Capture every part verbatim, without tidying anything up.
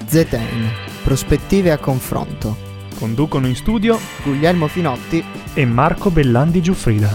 Zetain, prospettive a confronto. Conducono in studio Guglielmo Finotti e Marco Bellandi Giuffrida.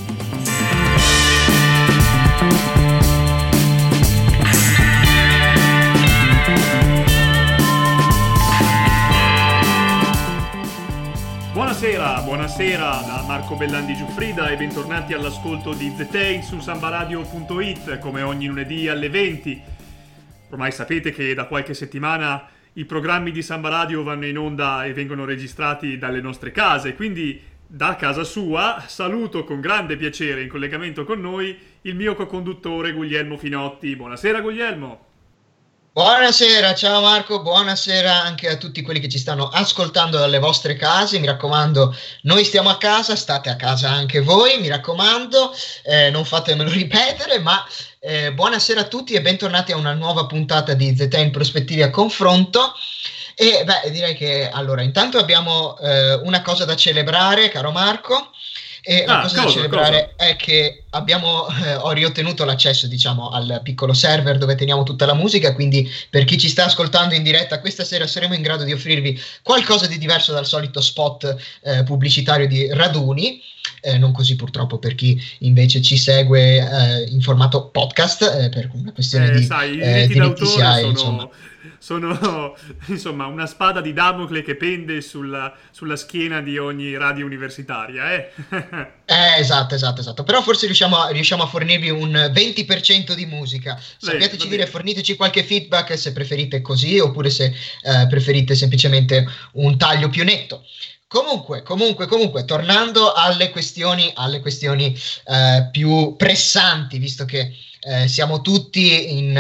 Buonasera, buonasera da Marco Bellandi Giuffrida e bentornati all'ascolto di Zetain su sambaradio punto it, come ogni lunedì alle venti. Ormai sapete che da qualche settimana i programmi di Samba Radio vanno in onda e vengono registrati dalle nostre case, quindi da casa sua saluto con grande piacere in collegamento con noi il mio co-conduttore Guglielmo Finotti. Buonasera Guglielmo. Buonasera, ciao Marco, buonasera anche a tutti quelli che ci stanno ascoltando dalle vostre case. Mi raccomando, noi stiamo a casa, state a casa anche voi, mi raccomando, eh, non fatemelo ripetere, ma eh, buonasera a tutti e bentornati a una nuova puntata di Zetain Prospettive a Confronto. E beh, direi che allora intanto abbiamo eh, una cosa da celebrare, caro Marco. E la ah, cosa, cosa da celebrare cosa? È che abbiamo, eh, ho riottenuto l'accesso, diciamo, al piccolo server dove teniamo tutta la musica, quindi per chi ci sta ascoltando in diretta questa sera saremo in grado di offrirvi qualcosa di diverso dal solito spot eh, pubblicitario di raduni, eh, non così purtroppo per chi invece ci segue eh, in formato podcast, eh, per una questione eh, di sai, i eh, diritti d'autore S I A E, sono... insomma. Sono insomma una spada di Damocle che pende sulla, sulla schiena di ogni radio universitaria, eh? eh esatto, esatto, esatto. Però forse riusciamo a, riusciamo a fornirvi un venti per cento di musica. Sappiateci dire, forniteci qualche feedback se preferite così oppure se eh, preferite semplicemente un taglio più netto. Comunque, comunque, comunque, tornando alle questioni, alle questioni eh, più pressanti, visto che eh, siamo tutti in,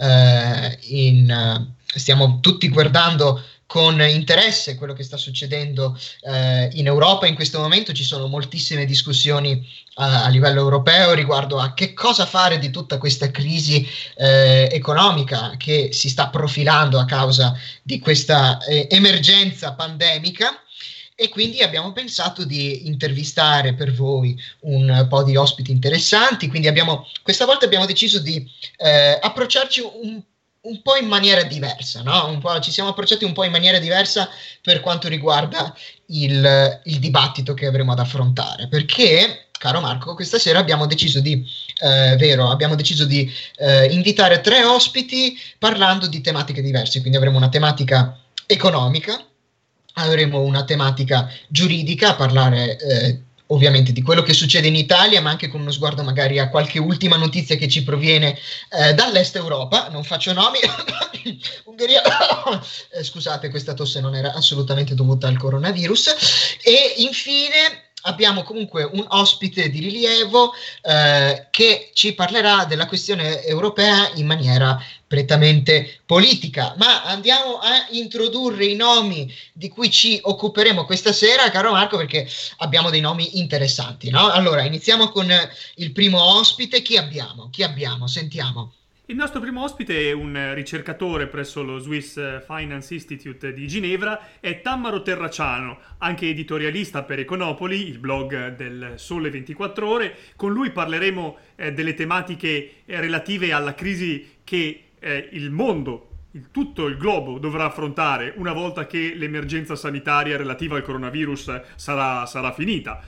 eh, in uh, stiamo tutti guardando con interesse quello che sta succedendo eh, in Europa in questo momento. Ci sono moltissime discussioni uh, a livello europeo riguardo a che cosa fare di tutta questa crisi eh, economica che si sta profilando a causa di questa eh, emergenza pandemica. E quindi abbiamo pensato di intervistare per voi un po' di ospiti interessanti, quindi abbiamo, questa volta abbiamo deciso di eh, approcciarci un, un po' in maniera diversa, no? Un po', ci siamo approcciati un po' in maniera diversa per quanto riguarda il, il dibattito che avremo ad affrontare, perché, caro Marco, questa sera abbiamo deciso di, eh, vero, abbiamo deciso di eh, invitare tre ospiti parlando di tematiche diverse, quindi avremo una tematica economica, avremo una tematica giuridica, a parlare eh, ovviamente di quello che succede in Italia, ma anche con uno sguardo magari a qualche ultima notizia che ci proviene eh, dall'est Europa. Non faccio nomi. Ungheria. eh, scusate, questa tosse non era assolutamente dovuta al coronavirus. E infine abbiamo comunque un ospite di rilievo eh, che ci parlerà della questione europea in maniera prettamente politica. Ma andiamo a introdurre i nomi di cui ci occuperemo questa sera, caro Marco, perché abbiamo dei nomi interessanti, no? Allora, iniziamo con il primo ospite. Chi abbiamo? Chi abbiamo? Sentiamo. Il nostro primo ospite è un ricercatore presso lo Swiss Finance Institute di Ginevra, è Tammaro Terracciano, anche editorialista per Econopoli, il blog del Sole ventiquattro Ore. Con lui parleremo eh, delle tematiche eh, relative alla crisi che eh, il mondo, il, tutto il globo dovrà affrontare una volta che l'emergenza sanitaria relativa al coronavirus sarà, sarà finita.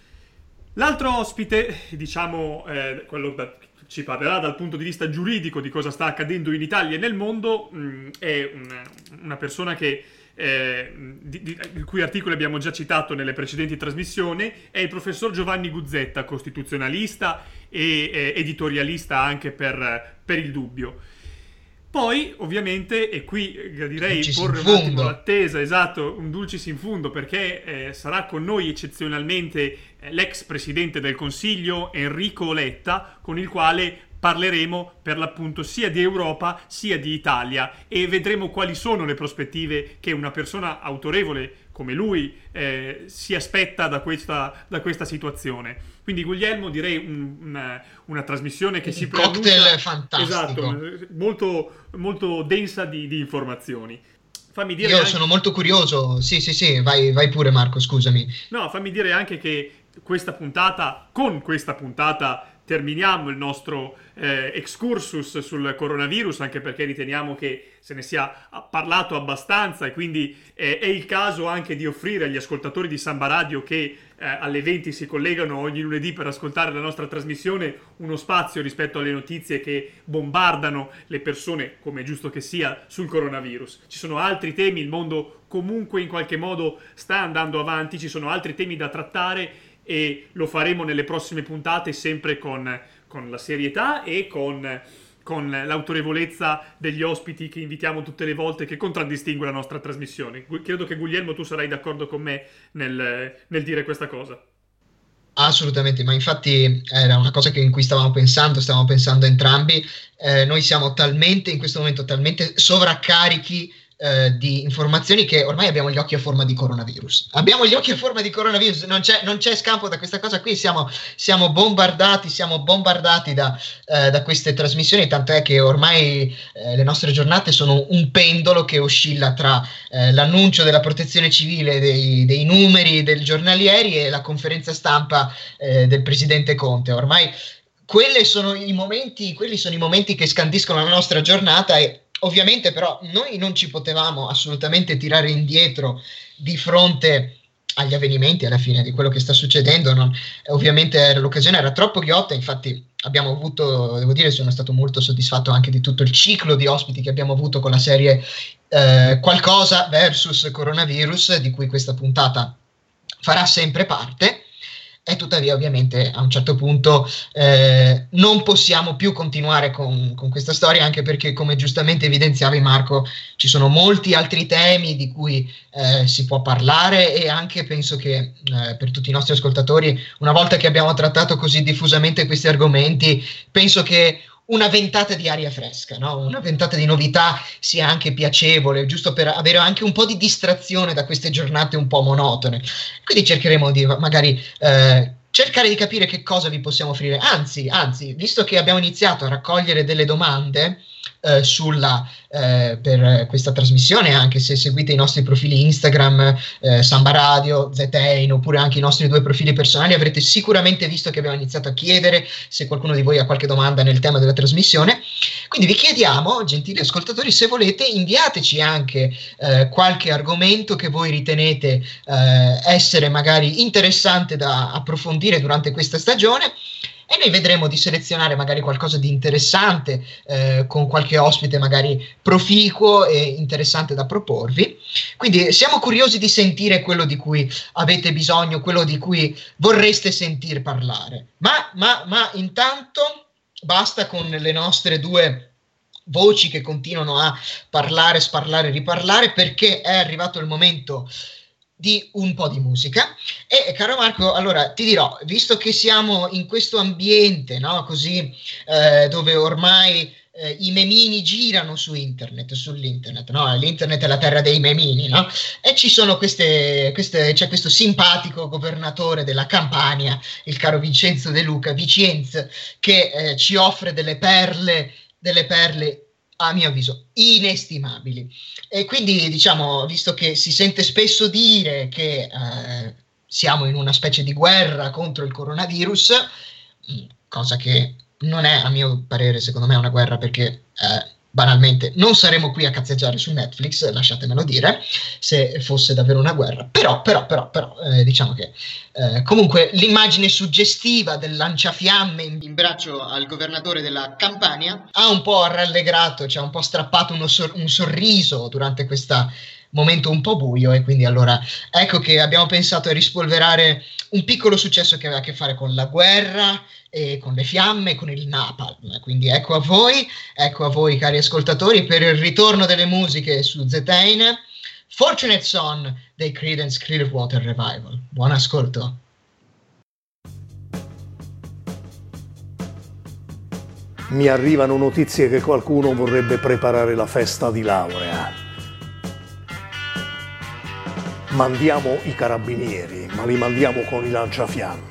L'altro ospite, diciamo, eh, quello da ci parlerà dal punto di vista giuridico di cosa sta accadendo in Italia e nel mondo, mh, è una, una persona che, eh, di, di, il cui articoli abbiamo già citato nelle precedenti trasmissioni, è il professor Giovanni Guzzetta, costituzionalista e eh, editorialista anche per, per Il Dubbio. Poi, ovviamente, e qui gradirei porre un attimo l'attesa, esatto, un dulcis in fundo, perché eh, sarà con noi eccezionalmente eh, l'ex presidente del Consiglio Enrico Letta, con il quale parleremo per l'appunto sia di Europa sia di Italia e vedremo quali sono le prospettive che una persona autorevole come lui eh, si aspetta da questa, da questa situazione. Quindi Guglielmo, direi un, una, una trasmissione che un si cocktail preannuncia, fantastico, esatto, molto, molto densa di, di informazioni. Fammi dire Io anche... sono molto curioso, sì sì sì, vai, vai pure Marco, scusami. No, fammi dire anche che questa puntata, con questa puntata terminiamo il nostro eh, excursus sul coronavirus, anche perché riteniamo che se ne sia parlato abbastanza e quindi eh, è il caso anche di offrire agli ascoltatori di Samba Radio che eh, alle venti si collegano ogni lunedì per ascoltare la nostra trasmissione uno spazio rispetto alle notizie che bombardano le persone, come è giusto che sia, sul coronavirus. Ci sono altri temi, il mondo comunque in qualche modo sta andando avanti, ci sono altri temi da trattare e lo faremo nelle prossime puntate sempre con, con la serietà e con, con l'autorevolezza degli ospiti che invitiamo tutte le volte, che contraddistingue la nostra trasmissione. Credo che Guglielmo tu sarai d'accordo con me nel, nel dire questa cosa. Assolutamente, ma infatti era una cosa che in cui stavamo pensando, stavamo pensando entrambi. Eh, noi siamo talmente, in questo momento, talmente sovraccarichi eh, di informazioni che ormai abbiamo gli occhi a forma di coronavirus. Abbiamo gli occhi a forma di coronavirus, non c'è, non c'è scampo da questa cosa qui, siamo, siamo bombardati, siamo bombardati da, eh, da queste trasmissioni, tanto è che ormai eh, le nostre giornate sono un pendolo che oscilla tra eh, l'annuncio della protezione civile dei, dei numeri del giornalieri e la conferenza stampa eh, del presidente Conte. Ormai Quelle sono i momenti, quelli sono i momenti che scandiscono la nostra giornata e ovviamente però noi non ci potevamo assolutamente tirare indietro di fronte agli avvenimenti, alla fine di quello che sta succedendo. Non, ovviamente l'occasione era troppo ghiotta, infatti abbiamo avuto, devo dire, sono stato molto soddisfatto anche di tutto il ciclo di ospiti che abbiamo avuto con la serie eh, Qualcosa versus Coronavirus, di cui questa puntata farà sempre parte. E tuttavia ovviamente a un certo punto eh, non possiamo più continuare con, con questa storia, anche perché, come giustamente evidenziavi Marco, ci sono molti altri temi di cui eh, si può parlare, e anche penso che eh, per tutti i nostri ascoltatori, una volta che abbiamo trattato così diffusamente questi argomenti, penso che una ventata di aria fresca, no? Una ventata di novità sia anche piacevole, giusto per avere anche un po' di distrazione da queste giornate un po' monotone. Quindi cercheremo di magari eh, cercare di capire che cosa vi possiamo offrire. Anzi, anzi, visto che abbiamo iniziato a raccogliere delle domande eh, sulla, eh, per questa trasmissione, anche se seguite i nostri profili Instagram, eh, Samba Radio, Zetain, oppure anche i nostri due profili personali, avrete sicuramente visto che abbiamo iniziato a chiedere se qualcuno di voi ha qualche domanda nel tema della trasmissione. Quindi vi chiediamo, gentili ascoltatori, se volete inviateci anche eh, qualche argomento che voi ritenete eh, essere magari interessante da approfondire durante questa stagione, e noi vedremo di selezionare magari qualcosa di interessante eh, con qualche ospite magari proficuo e interessante da proporvi. Quindi siamo curiosi di sentire quello di cui avete bisogno, quello di cui vorreste sentir parlare. Ma, ma, ma intanto basta con le nostre due voci che continuano a parlare, sparlare, riparlare, perché è arrivato il momento di un po' di musica. E caro Marco, allora ti dirò, visto che siamo in questo ambiente, no, così eh, dove ormai eh, i memini girano su internet, sull'internet, no? L'internet è la terra dei memini, no? E ci sono queste, queste c'è questo simpatico governatore della Campania, il caro Vincenzo De Luca, Vicenz, che eh, ci offre delle perle, delle perle a mio avviso inestimabili. E quindi, diciamo, visto che si sente spesso dire che eh, siamo in una specie di guerra contro il coronavirus, cosa che non è, a mio parere, secondo me è una guerra, perché eh, banalmente non saremo qui a cazzeggiare su Netflix, lasciatemelo dire, se fosse davvero una guerra. Però, però, però, però eh, diciamo che eh, comunque l'immagine suggestiva del lanciafiamme in, in braccio al governatore della Campania ha un po' rallegrato, ci ha un po' strappato uno sor- un sorriso durante questo momento un po' buio, e quindi allora ecco che abbiamo pensato a rispolverare un piccolo successo che aveva a che fare con la guerra e con le fiamme, con il napalm. Quindi ecco a voi, ecco a voi cari ascoltatori, per il ritorno delle musiche su Zetain, Fortunate Son dei Creedence Clearwater Revival. Buon ascolto. Mi arrivano notizie che qualcuno vorrebbe preparare la festa di laurea. Mandiamo i carabinieri, ma li mandiamo con i lanciafiamme.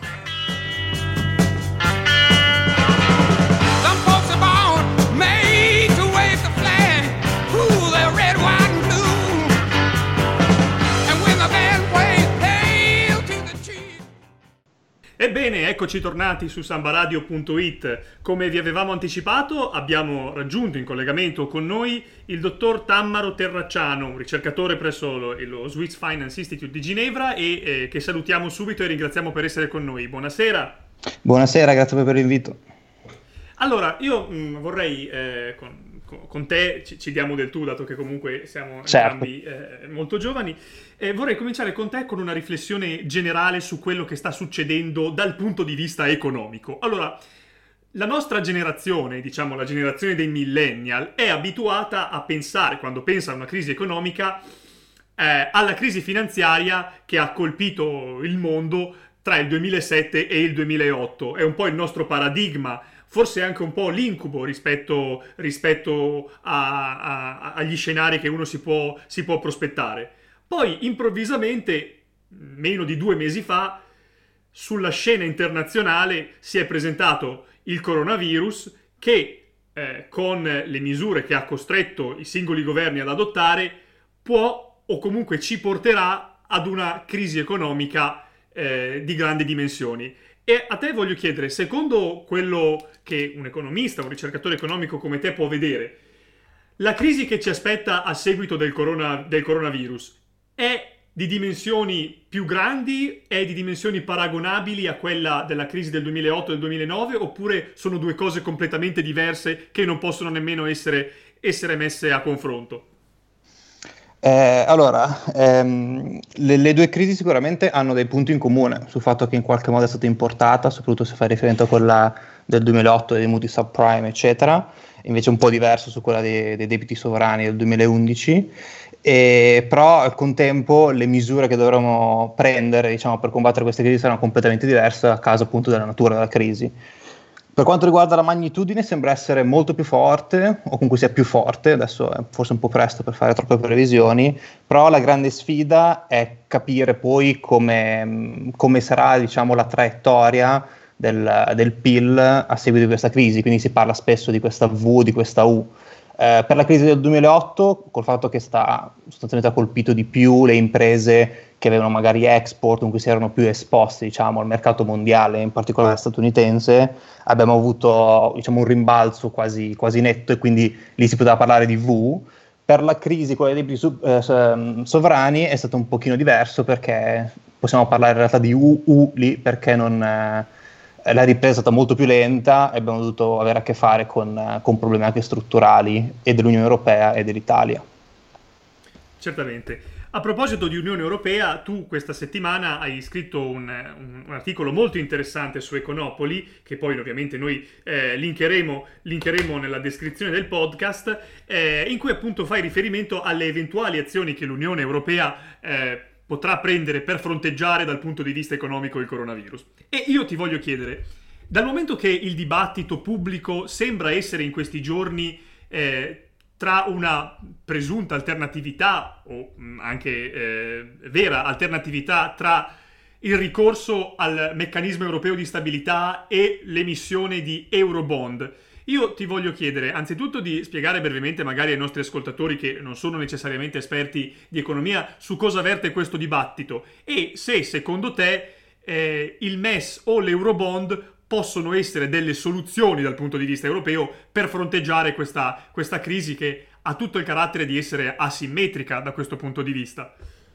E Ebbene, eccoci tornati su sambaradio punto it. Come vi avevamo anticipato, abbiamo raggiunto in collegamento con noi il dottor Tammaro Terracciano, un ricercatore presso lo, lo Swiss Finance Institute di Ginevra e eh, che salutiamo subito e ringraziamo per essere con noi. Buonasera. Buonasera, grazie per l'invito. Allora, io mh, vorrei eh, con, con te ci, ci diamo del tu, dato che comunque siamo certo. entrambi eh, molto giovani. Eh, vorrei cominciare con te con una riflessione generale su quello che sta succedendo dal punto di vista economico. Allora, la nostra generazione, diciamo la generazione dei millennial, è abituata a pensare, quando pensa a una crisi economica, eh, alla crisi finanziaria che ha colpito il mondo tra il duemilasette e il duemilaotto. È un po' il nostro paradigma, forse anche un po' l'incubo rispetto, rispetto a, a, agli scenari che uno si può, si può prospettare. Poi improvvisamente, meno di due mesi fa, sulla scena internazionale si è presentato il coronavirus che, eh, con le misure che ha costretto i singoli governi ad adottare, può o comunque ci porterà ad una crisi economica eh, di grandi dimensioni. E a te voglio chiedere, secondo quello che un economista, un ricercatore economico come te può vedere, la crisi che ci aspetta a seguito del, corona, del coronavirus è di dimensioni più grandi, è di dimensioni paragonabili a quella della crisi del duemilaotto e del duemilanove, oppure sono due cose completamente diverse che non possono nemmeno essere, essere messe a confronto? Eh, allora, ehm, le, le due crisi sicuramente hanno dei punti in comune sul fatto che in qualche modo è stata importata, soprattutto se fa riferimento a quella del duemilaotto, dei mutui subprime, eccetera, invece un po' diverso su quella dei, dei debiti sovrani del duemilaundici. E, però al contempo le misure che dovremo prendere, diciamo, per combattere queste crisi saranno completamente diverse a causa appunto della natura della crisi. Per quanto riguarda la magnitudine sembra essere molto più forte, o comunque sia più forte, adesso è forse un po' presto per fare troppe previsioni, però la grande sfida è capire poi come, come sarà, diciamo, la traiettoria del, del P I L a seguito di questa crisi, quindi si parla spesso di questa V, di questa U. Eh, per la crisi del duemilaotto, col fatto che sta sostanzialmente ha colpito di più le imprese che avevano magari export, in cui si erano più esposti, diciamo, al mercato mondiale, in particolare statunitense, abbiamo avuto, diciamo, un rimbalzo quasi, quasi netto e quindi lì si poteva parlare di V. Per la crisi con i debiti sub, eh, sovrani è stato un pochino diverso, perché possiamo parlare in realtà di U, U lì, perché non... Eh, la ripresa è stata molto più lenta e abbiamo dovuto avere a che fare con, con problemi anche strutturali e dell'Unione Europea e dell'Italia. Certamente. A proposito di Unione Europea, tu questa settimana hai scritto un, un, un articolo molto interessante su Econopoli, che poi ovviamente noi eh, linkeremo, linkeremo nella descrizione del podcast, eh, in cui appunto fai riferimento alle eventuali azioni che l'Unione Europea eh, potrà prendere per fronteggiare dal punto di vista economico il coronavirus. E io ti voglio chiedere, dal momento che il dibattito pubblico sembra essere in questi giorni eh, tra una presunta alternatività o mh, anche eh, vera alternatività tra il ricorso al meccanismo europeo di stabilità e l'emissione di Eurobond, io ti voglio chiedere anzitutto di spiegare brevemente magari ai nostri ascoltatori che non sono necessariamente esperti di economia su cosa verte questo dibattito e se secondo te eh, il M E S o l'Eurobond possono essere delle soluzioni dal punto di vista europeo per fronteggiare questa, questa crisi che ha tutto il carattere di essere asimmetrica da questo punto di vista.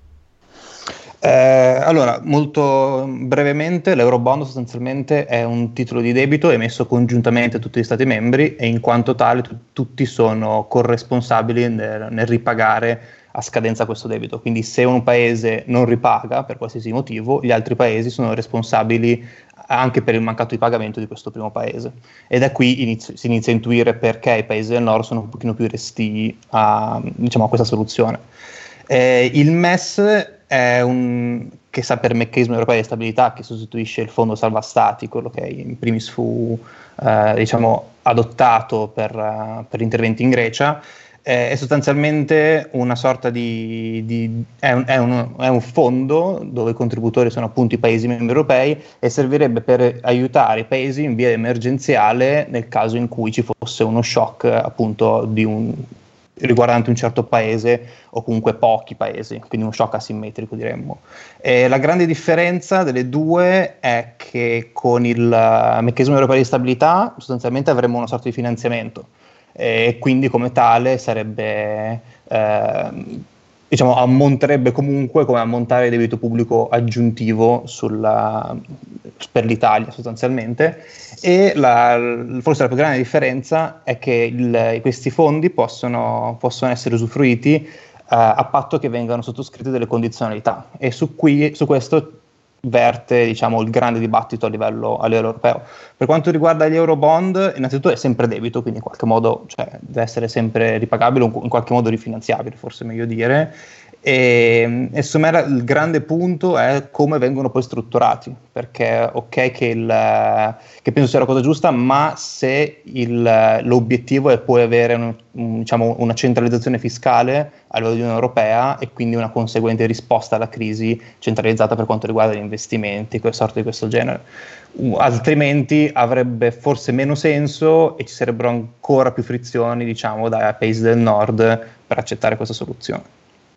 Eh, allora, molto brevemente, l'Eurobond sostanzialmente è un titolo di debito emesso congiuntamente a tutti gli Stati membri e in quanto tale t- tutti sono corresponsabili nel, nel ripagare a scadenza questo debito. Quindi se un paese non ripaga per qualsiasi motivo, gli altri paesi sono responsabili anche per il mancato di pagamento di questo primo paese. E da qui inizio, si inizia a intuire perché i paesi del nord sono un pochino più restii a, diciamo, a questa soluzione. Eh, il M E S è un che sta per meccanismo europeo di stabilità, che sostituisce il fondo salva stati, quello che in primis fu eh, diciamo adottato per, uh, per interventi in Grecia. Eh, è sostanzialmente una sorta di, di è, un, è, un, è un fondo dove i contributori sono appunto i paesi membri europei e servirebbe per aiutare i paesi in via emergenziale nel caso in cui ci fosse uno shock appunto di un riguardante un certo paese o comunque pochi paesi, quindi uno shock asimmetrico diremmo. E la grande differenza delle due è che con il meccanismo europeo di stabilità sostanzialmente avremmo una sorta di finanziamento e quindi come tale sarebbe eh, diciamo ammonterebbe comunque come ammontare il debito pubblico aggiuntivo sulla, per l'Italia sostanzialmente. E la, forse la più grande differenza è che il, questi fondi possono, possono essere usufruiti eh, a patto che vengano sottoscritte delle condizionalità, e su, qui, su questo verte diciamo il grande dibattito a livello, a livello europeo. Per quanto riguarda gli eurobond, innanzitutto è sempre debito, quindi in qualche modo cioè, deve essere sempre ripagabile, in qualche modo rifinanziabile, forse è meglio dire. E, e secondo me il grande punto è come vengono poi strutturati, perché ok che, il, che penso sia la cosa giusta, ma se il, l'obiettivo è poi avere un, un, diciamo, una centralizzazione fiscale a livello di Unione Europea e quindi una conseguente risposta alla crisi centralizzata per quanto riguarda gli investimenti, quelle sorte di questo genere. Altrimenti avrebbe forse meno senso e ci sarebbero ancora più frizioni, diciamo, dai paesi del nord per accettare questa soluzione.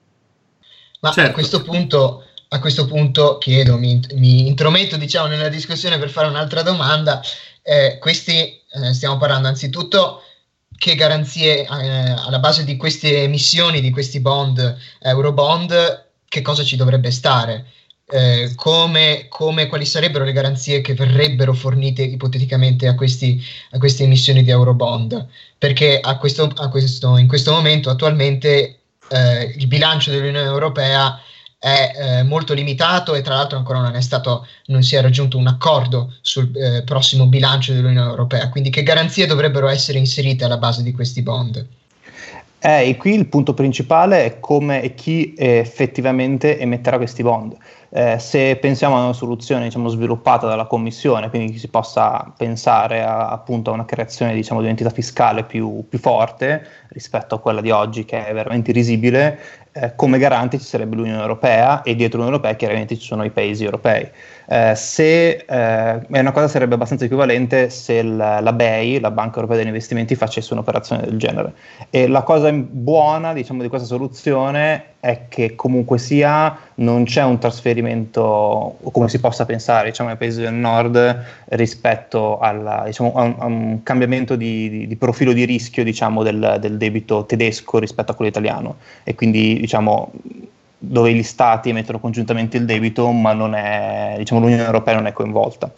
Ma certo. a questo punto, a questo punto chiedo, mi, mi intrometto diciamo nella discussione per fare un'altra domanda. Eh, questi eh, stiamo parlando anzitutto che garanzie eh, alla base di queste emissioni, di questi bond, eurobond, che cosa ci dovrebbe stare? Eh, come, come, quali sarebbero le garanzie che verrebbero fornite ipoteticamente a, questi, a queste emissioni di eurobond? Perché a questo, a questo, in questo momento attualmente Eh, il bilancio dell'Unione Europea è eh, molto limitato e tra l'altro ancora non è stato, non si è raggiunto un accordo sul eh, prossimo bilancio dell'Unione Europea, quindi che garanzie dovrebbero essere inserite alla base di questi bond? Eh, e qui il punto principale è come e chi eh, effettivamente emetterà questi bond. Eh, se pensiamo a una soluzione diciamo, sviluppata dalla Commissione, quindi che si possa pensare a, appunto a una creazione diciamo, di un'entità fiscale più, più forte rispetto a quella di oggi che è veramente risibile, eh, come garante ci sarebbe l'Unione Europea e dietro l'Unione Europea chiaramente ci sono i paesi europei. Eh, se eh, è una cosa sarebbe abbastanza equivalente se il, la B E I, la Banca Europea degli Investimenti, facesse un'operazione del genere. E la cosa buona diciamo, di questa soluzione è che comunque sia non c'è un trasferimento, o come si possa pensare diciamo, ai paesi del nord rispetto alla, diciamo, a, un, a un cambiamento di, di, di profilo di rischio diciamo, del, del debito tedesco rispetto a quello italiano, e quindi diciamo dove gli stati emettono congiuntamente il debito ma non è, diciamo, l'Unione Europea non è coinvolta.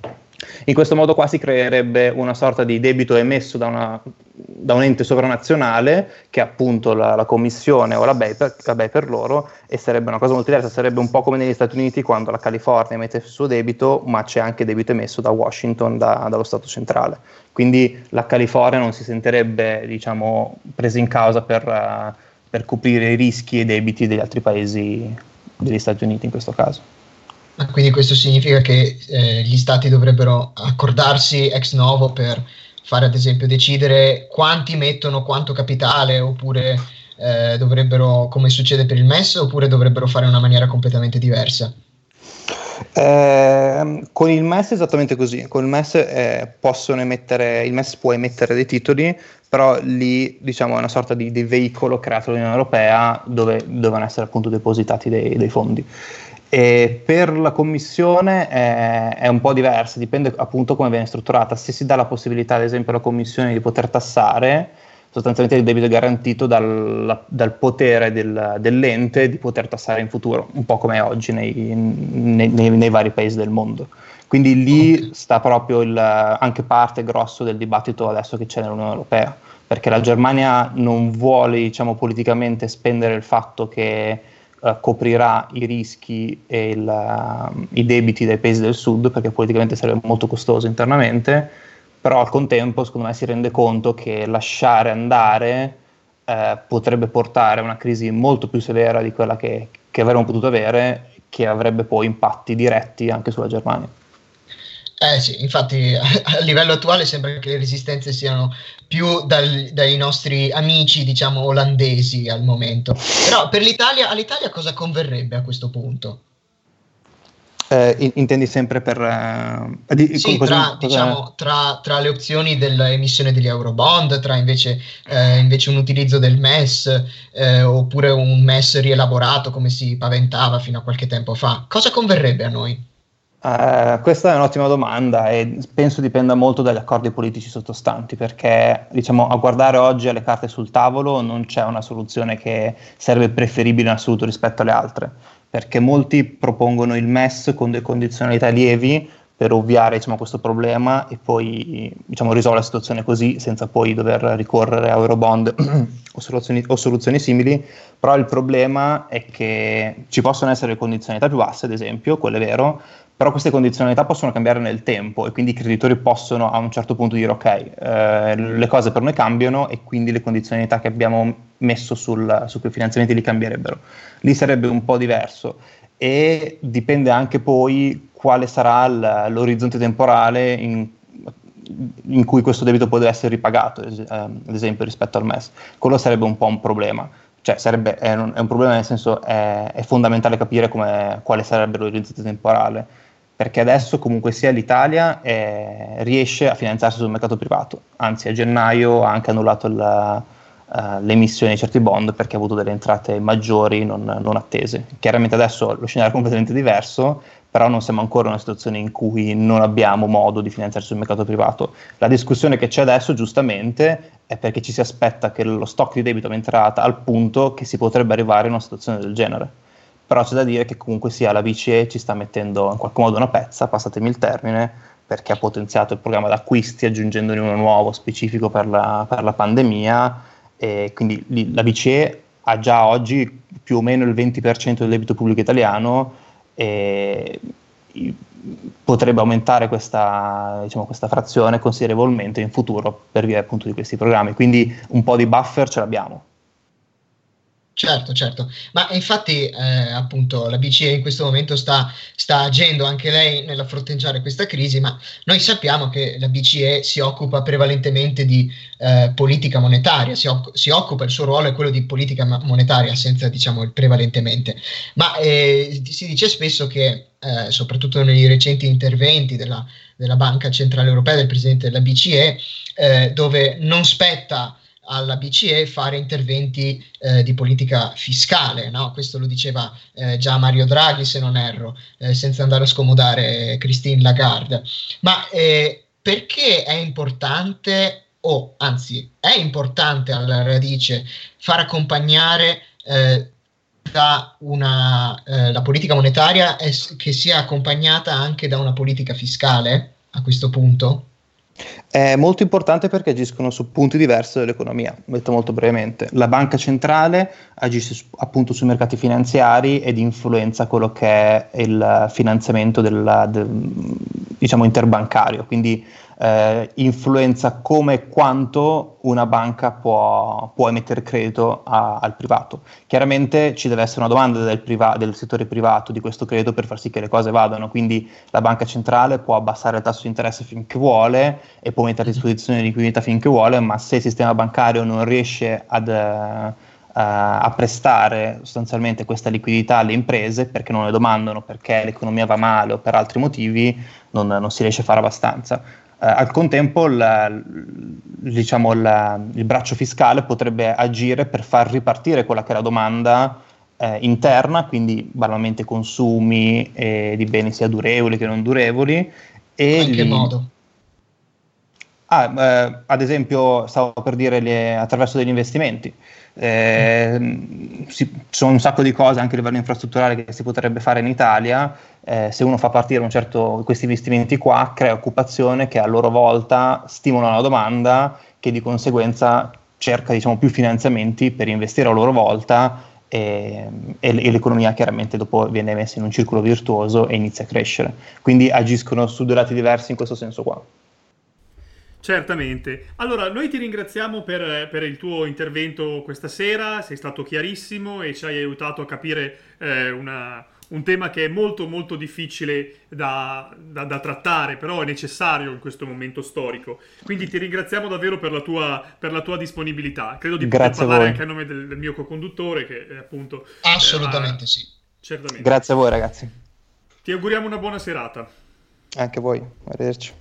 In questo modo qua si creerebbe una sorta di debito emesso da, una, da un ente sovranazionale che è appunto la, la Commissione o la B E I, per, la B E I per loro, e sarebbe una cosa molto diversa, sarebbe un po' come negli Stati Uniti quando la California emette il suo debito ma c'è anche debito emesso da Washington, da, dallo Stato centrale, quindi la California non si sentirebbe diciamo presa in causa per, uh, per coprire i rischi e i debiti degli altri paesi degli Stati Uniti in questo caso. Quindi questo significa che eh, gli stati dovrebbero accordarsi ex novo per fare ad esempio decidere quanti mettono quanto capitale, oppure eh, dovrebbero, come succede per il M E S, oppure dovrebbero fare in una maniera completamente diversa? Eh, con il M E S è esattamente così. Con il M E S eh, possono emettere, il M E S può emettere dei titoli, però lì diciamo è una sorta di, di veicolo creato dall'Unione Europea dove devono essere appunto depositati dei, dei fondi. E per la Commissione è, è un po' diversa, dipende appunto come viene strutturata. Se si dà la possibilità ad esempio alla Commissione di poter tassare, sostanzialmente il debito è garantito dal, dal potere del, dell'ente di poter tassare in futuro, un po' come è oggi nei, nei, nei, nei vari paesi del mondo. Quindi lì sta proprio il, anche parte grosso del dibattito adesso che c'è nell'Unione Europea, perché la Germania non vuole diciamo politicamente spendere il fatto che Uh, coprirà i rischi e il, uh, i debiti dei paesi del sud, perché politicamente sarebbe molto costoso internamente, però al contempo secondo me si rende conto che lasciare andare uh, potrebbe portare a una crisi molto più severa di quella che, che avremmo potuto avere, che avrebbe poi impatti diretti anche sulla Germania. Eh sì, infatti a, a livello attuale sembra che le resistenze siano più dal, dai nostri amici, diciamo, olandesi al momento. Però per l'Italia, all'Italia cosa converrebbe a questo punto? Eh, intendi sempre per... Eh, di, sì, cosa, tra, cosa... diciamo, tra, tra le opzioni dell'emissione degli Eurobond, tra invece, eh, invece un utilizzo del M E S, eh, oppure un M E S rielaborato come si paventava fino a qualche tempo fa. Cosa converrebbe a noi? Uh, questa è un'ottima domanda e penso dipenda molto dagli accordi politici sottostanti, perché diciamo a guardare oggi alle carte sul tavolo non c'è una soluzione che sarebbe preferibile in assoluto rispetto alle altre, perché molti propongono il M E S con delle condizionalità lievi per ovviare diciamo, questo problema e poi diciamo, risolvere la situazione così senza poi dover ricorrere a Eurobond o, soluzioni, o soluzioni simili. Però il problema è che ci possono essere le condizionalità più basse, ad esempio, quello è vero, però queste condizionalità possono cambiare nel tempo e quindi i creditori possono a un certo punto dire ok, eh, le cose per noi cambiano e quindi le condizionalità che abbiamo messo sul, su quei finanziamenti li cambierebbero. Lì sarebbe un po' diverso e dipende anche poi quale sarà l- l'orizzonte temporale in, in cui questo debito può essere ripagato, es- eh, ad esempio rispetto al M E S. Quello sarebbe un po' un problema. Cioè sarebbe, è, un, è un problema nel senso è, è fondamentale capire come, quale sarebbe l'orizzonte temporale, perché adesso comunque sia l'Italia eh, riesce a finanziarsi sul mercato privato, anzi a gennaio ha anche annullato il, uh, l'emissione di certi bond perché ha avuto delle entrate maggiori non, non attese. Chiaramente adesso lo scenario è completamente diverso, però non siamo ancora in una situazione in cui non abbiamo modo di finanziarsi sul mercato privato. La discussione che c'è adesso giustamente è perché ci si aspetta che lo stock di debito aumenterà al punto che si potrebbe arrivare in una situazione del genere. Però c'è da dire che comunque sia la B C E ci sta mettendo in qualche modo una pezza, passatemi il termine, perché ha potenziato il programma d'acquisti aggiungendone uno nuovo specifico per la, per la pandemia e quindi lì, la B C E ha già oggi più o meno il venti per cento del debito pubblico italiano e potrebbe aumentare questa, diciamo, questa frazione considerevolmente in futuro per via appunto di questi programmi, quindi un po' di buffer ce l'abbiamo. Certo, certo, ma infatti eh, appunto la B C E in questo momento sta, sta agendo anche lei nella fronteggiare questa crisi, ma noi sappiamo che la B C E si occupa prevalentemente di eh, politica monetaria, si, oc- si occupa, il suo ruolo è quello di politica ma- monetaria senza diciamo il prevalentemente, ma eh, si dice spesso che eh, soprattutto nei recenti interventi della, della Banca Centrale Europea, del Presidente della B C E, eh, dove non spetta alla B C E fare interventi eh, di politica fiscale, no? Questo lo diceva eh, già Mario Draghi, se non erro, eh, senza andare a scomodare Christine Lagarde. Ma eh, perché è importante, o anzi è importante alla radice, far accompagnare eh, da una eh, la politica monetaria è, che sia accompagnata anche da una politica fiscale a questo punto? È molto importante perché agiscono su punti diversi dell'economia, detto molto brevemente. La banca centrale agisce su, appunto sui mercati finanziari ed influenza quello che è il finanziamento del, del, diciamo interbancario, quindi eh, influenza come e quanto una banca può, può emettere credito a, al privato. Chiaramente ci deve essere una domanda del, priva- del settore privato di questo credito per far sì che le cose vadano, quindi la banca centrale può abbassare il tasso di interesse finché vuole e può mettere a disposizione liquidità finché vuole, ma se il sistema bancario non riesce ad, uh, uh, a prestare sostanzialmente questa liquidità alle imprese perché non le domandano, perché l'economia va male o per altri motivi, non, non si riesce a fare abbastanza. Uh, al contempo il, diciamo, il, il braccio fiscale potrebbe agire per far ripartire quella che è la domanda eh, interna, quindi banalmente consumi eh, di beni sia durevoli che non durevoli. E in che li... modo? Ah, eh, ad esempio, stavo per dire le, attraverso degli investimenti. Eh, si, ci sono un sacco di cose anche a livello infrastrutturale che si potrebbe fare in Italia. Eh, se uno fa partire un certo, questi investimenti qua, crea occupazione che a loro volta stimola la domanda, che di conseguenza cerca diciamo, più finanziamenti per investire a loro volta e, e, e l'economia chiaramente dopo viene messa in un circolo virtuoso e inizia a crescere. Quindi agiscono su due lati diversi in questo senso qua. Certamente. Allora, noi ti ringraziamo per, per il tuo intervento questa sera, sei stato chiarissimo e ci hai aiutato a capire eh, una, un tema che è molto molto difficile da, da, da trattare, però è necessario in questo momento storico. Quindi ti ringraziamo davvero per la tua, per la tua disponibilità. Credo di poter Grazie parlare anche a nome del, del mio co-conduttore che è appunto... Assolutamente eh, sì. Certamente. Grazie a voi ragazzi. Ti auguriamo una buona serata. Anche voi, arrivederci.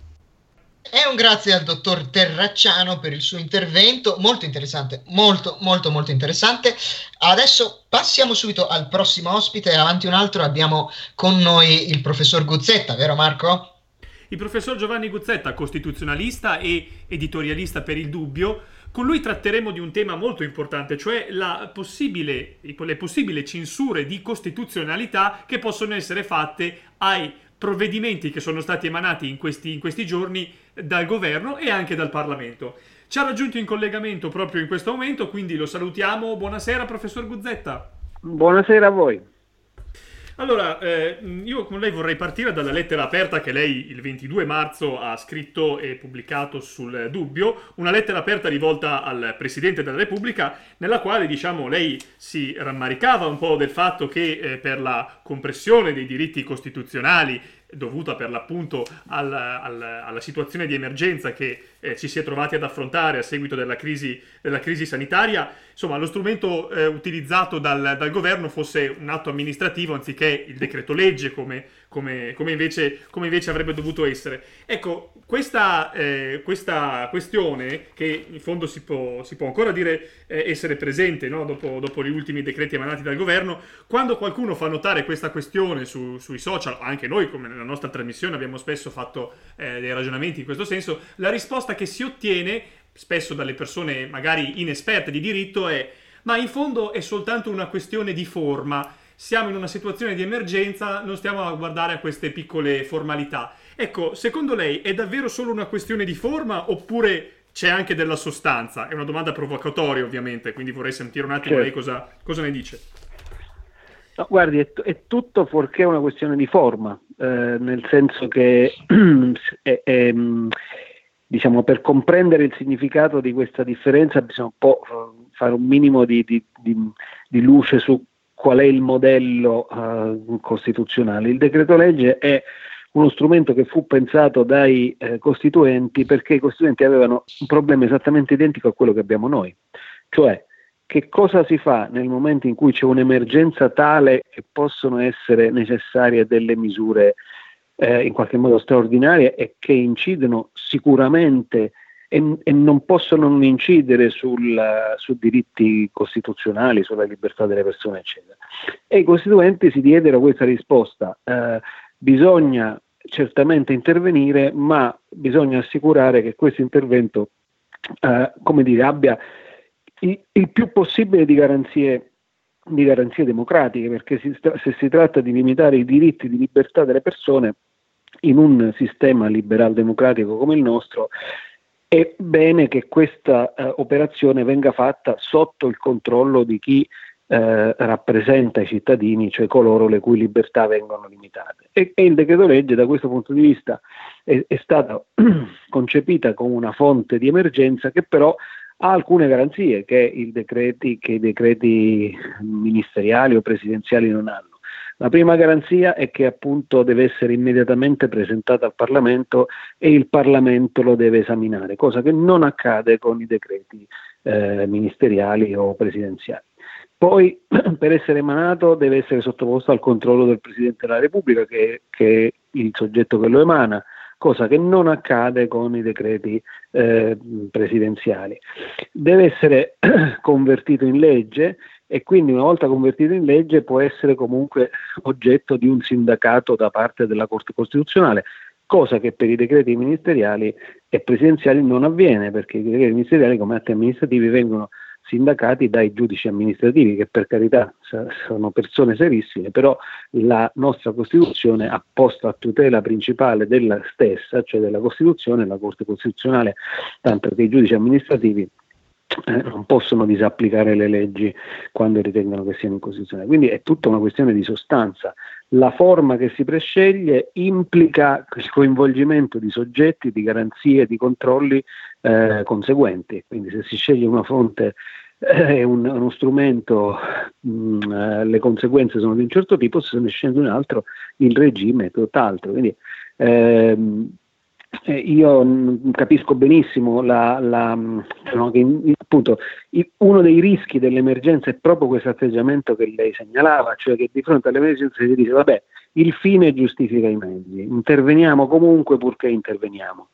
E un grazie al dottor Terracciano per il suo intervento, molto interessante, molto molto molto interessante. Adesso passiamo subito al prossimo ospite, avanti un altro, abbiamo con noi il professor Guzzetta, vero Marco? Il professor Giovanni Guzzetta, costituzionalista e editorialista per Il Dubbio. Con lui tratteremo di un tema molto importante, cioè la possibile, le possibili censure di costituzionalità che possono essere fatte ai provvedimenti che sono stati emanati in questi, in questi giorni dal governo e anche dal Parlamento. Ci ha raggiunto in collegamento proprio in questo momento, quindi lo salutiamo. Buonasera, professor Guzzetta. Buonasera a voi. Allora, eh, io con lei vorrei partire dalla lettera aperta che lei il ventidue marzo ha scritto e pubblicato sul Dubbio, una lettera aperta rivolta al Presidente della Repubblica, nella quale, diciamo, lei si rammaricava un po' del fatto che eh, per la compressione dei diritti costituzionali dovuta per l'appunto al, al, alla situazione di emergenza che eh, ci si è trovati ad affrontare a seguito della crisi, della crisi sanitaria, insomma lo strumento eh, utilizzato dal, dal governo fosse un atto amministrativo anziché il decreto legge come, come, come, invece, come invece avrebbe dovuto essere. Ecco, questa, eh, questa questione, che in fondo si può, si può ancora dire eh, essere presente, no? dopo, dopo gli ultimi decreti emanati dal governo, quando qualcuno fa notare questa questione su, sui social, anche noi come nella nostra trasmissione abbiamo spesso fatto eh, dei ragionamenti in questo senso, la risposta che si ottiene spesso dalle persone magari inesperte di diritto è: ma in fondo è soltanto una questione di forma, siamo in una situazione di emergenza, non stiamo a guardare a queste piccole formalità. Ecco, secondo lei è davvero solo una questione di forma oppure c'è anche della sostanza? È una domanda provocatoria ovviamente, quindi vorrei sentire un attimo certo. lei cosa, cosa ne dice. No, guardi, è, è tutto fuorché una questione di forma, eh, nel senso che è, è, diciamo, per comprendere il significato di questa differenza bisogna un po' fare un minimo di, di, di, di luce su qual è il modello uh, costituzionale. Il decreto legge è uno strumento che fu pensato dai eh, costituenti perché i costituenti avevano un problema esattamente identico a quello che abbiamo noi, cioè che cosa si fa nel momento in cui c'è un'emergenza tale che possono essere necessarie delle misure eh, in qualche modo straordinarie e che incidono sicuramente e, e non possono non incidere sul, su diritti costituzionali, sulla libertà delle persone, eccetera. E i costituenti si diedero questa risposta: eh, bisogna certamente intervenire, ma bisogna assicurare che questo intervento eh, come dire, abbia il, il più possibile di garanzie, di garanzie democratiche, perché si, se si tratta di limitare i diritti di libertà delle persone in un sistema liberal democratico come il nostro, è bene che questa eh, operazione venga fatta sotto il controllo di chi eh, rappresenta i cittadini, cioè coloro le cui libertà vengono limitate. E, e il decreto legge da questo punto di vista è, è stata concepita come una fonte di emergenza che però ha alcune garanzie che, il decreti, che i decreti ministeriali o presidenziali non hanno. La prima garanzia è che appunto deve essere immediatamente presentata al Parlamento e il Parlamento lo deve esaminare, cosa che non accade con i decreti eh, ministeriali o presidenziali. Poi per essere emanato deve essere sottoposto al controllo del Presidente della Repubblica, che, che è il soggetto che lo emana, cosa che non accade con i decreti eh, presidenziali. Deve essere convertito in legge e quindi una volta convertito in legge può essere comunque oggetto di un sindacato da parte della Corte Costituzionale, cosa che per i decreti ministeriali e presidenziali non avviene, perché i decreti ministeriali come atti amministrativi vengono sindacati dai giudici amministrativi, che per carità sono persone serissime, però la nostra Costituzione ha posto a tutela principale della stessa, cioè della Costituzione, la Corte Costituzionale, tanto che i giudici amministrativi eh, non possono disapplicare le leggi quando ritengono che siano incostituzionali. Quindi è tutta una questione di sostanza. La forma che si presceglie implica il coinvolgimento di soggetti, di garanzie, di controlli eh, conseguenti. Quindi se si sceglie una fonte è eh, un, uno strumento, mh, eh, le conseguenze sono di un certo tipo, se ne sceglie un altro il regime è tutt'altro. Quindi ehm, eh, io mh, capisco benissimo la, la, no, che in, appunto il, uno dei rischi dell'emergenza è proprio questo atteggiamento che lei segnalava, cioè che di fronte all'emergenza si dice vabbè, il fine giustifica i mezzi, interveniamo comunque purché interveniamo.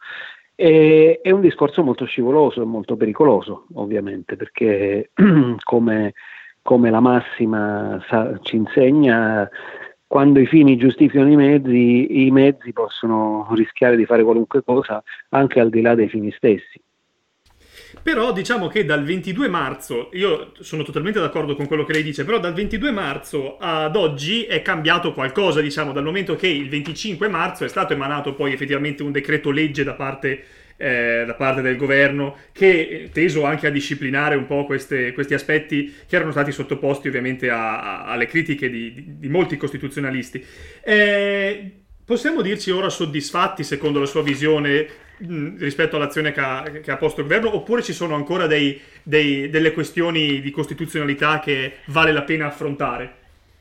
E, è un discorso molto scivoloso e molto pericoloso, ovviamente, perché come, come la massima sa, ci insegna, quando i fini giustificano i mezzi, i mezzi possono rischiare di fare qualunque cosa anche al di là dei fini stessi. Però diciamo che dal ventidue marzo, io sono totalmente d'accordo con quello che lei dice, però dal ventidue marzo ad oggi è cambiato qualcosa, diciamo, dal momento che il venticinque marzo è stato emanato poi effettivamente un decreto legge da parte, eh, da parte del governo, che è teso anche a disciplinare un po' queste, questi aspetti che erano stati sottoposti ovviamente a, a, alle critiche di, di, di molti costituzionalisti. Eh, possiamo dirci ora soddisfatti, secondo la sua visione, rispetto all'azione che ha, che ha posto il governo, oppure ci sono ancora dei, dei, delle questioni di costituzionalità che vale la pena affrontare?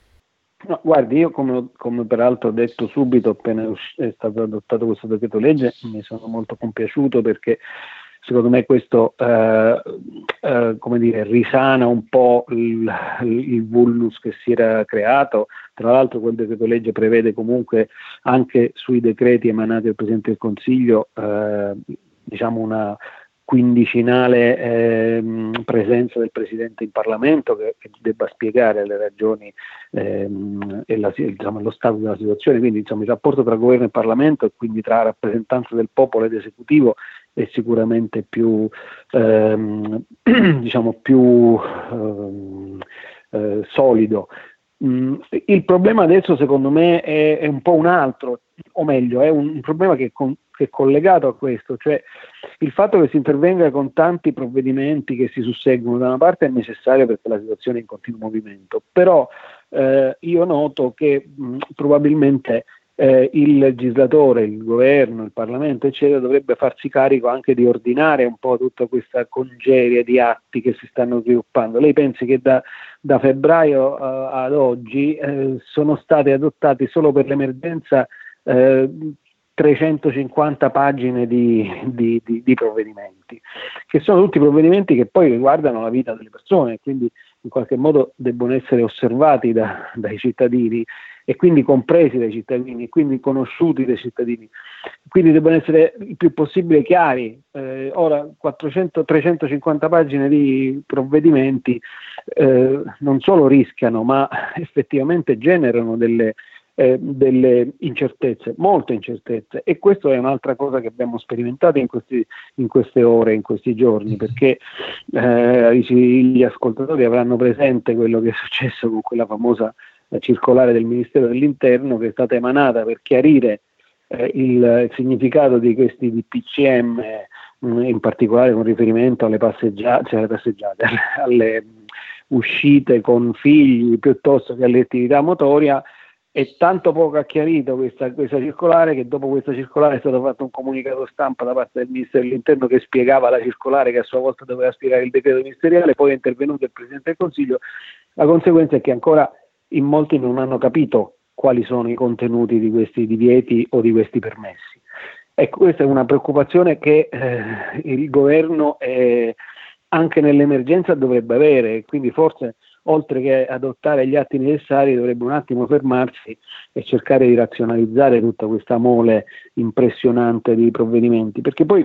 No, guardi, io come, come peraltro ho detto subito appena è stato adottato questo decreto legge, mi sono molto compiaciuto perché secondo me questo eh, eh, come dire, risana un po' il, il vulnus che si era creato. Tra l'altro quel decreto legge prevede comunque anche sui decreti emanati dal Presidente del Consiglio eh, diciamo una quindicinale eh, presenza del Presidente in Parlamento che, che debba spiegare le ragioni eh, e la, diciamo, lo stato della situazione, quindi insomma, il rapporto tra governo e Parlamento e quindi tra rappresentanza del popolo ed esecutivo è sicuramente più ehm, diciamo più ehm, eh, solido. Mm, il problema adesso secondo me è, è un po' un altro, o meglio è un, un problema che, con, che è collegato a questo, cioè il fatto che si intervenga con tanti provvedimenti che si susseguono da una parte è necessario perché la situazione è in continuo movimento, però eh, io noto che mh, probabilmente eh, il legislatore, il governo, il Parlamento eccetera dovrebbe farsi carico anche di ordinare un po' tutta questa congerie di atti che si stanno sviluppando. Lei pensi che da, da febbraio uh, ad oggi eh, sono stati adottati solo per l'emergenza eh, trecentocinquanta pagine di, di, di, di provvedimenti, che sono tutti provvedimenti che poi riguardano la vita delle persone, quindi in qualche modo debbono essere osservati da, dai cittadini e quindi compresi dai cittadini e quindi conosciuti dai cittadini, quindi debbono essere il più possibile chiari. Eh, ora quattrocento trecentocinquanta pagine di provvedimenti eh, non solo rischiano ma effettivamente generano delle Eh, delle incertezze, molte incertezze, e questo è un'altra cosa che abbiamo sperimentato in, questi, in queste ore, in questi giorni, perché eh, gli ascoltatori avranno presente quello che è successo con quella famosa eh, circolare del Ministero dell'Interno che è stata emanata per chiarire eh, il, il significato di questi D P C M, mh, in particolare con riferimento alle passeggiate, cioè alle, passeggiate alle, alle uscite con figli piuttosto che alle attività motoria. E tanto poco ha chiarito questa, questa circolare che dopo questa circolare è stato fatto un comunicato stampa da parte del Ministero dell'Interno che spiegava la circolare, che a sua volta doveva spiegare il decreto ministeriale, poi è intervenuto il Presidente del Consiglio. La conseguenza è che ancora in molti non hanno capito quali sono i contenuti di questi divieti o di questi permessi. Ecco, questa è una preoccupazione che eh, il governo eh, anche nell'emergenza dovrebbe avere, quindi forse oltre che adottare gli atti necessari dovrebbe un attimo fermarsi e cercare di razionalizzare tutta questa mole impressionante di provvedimenti, perché poi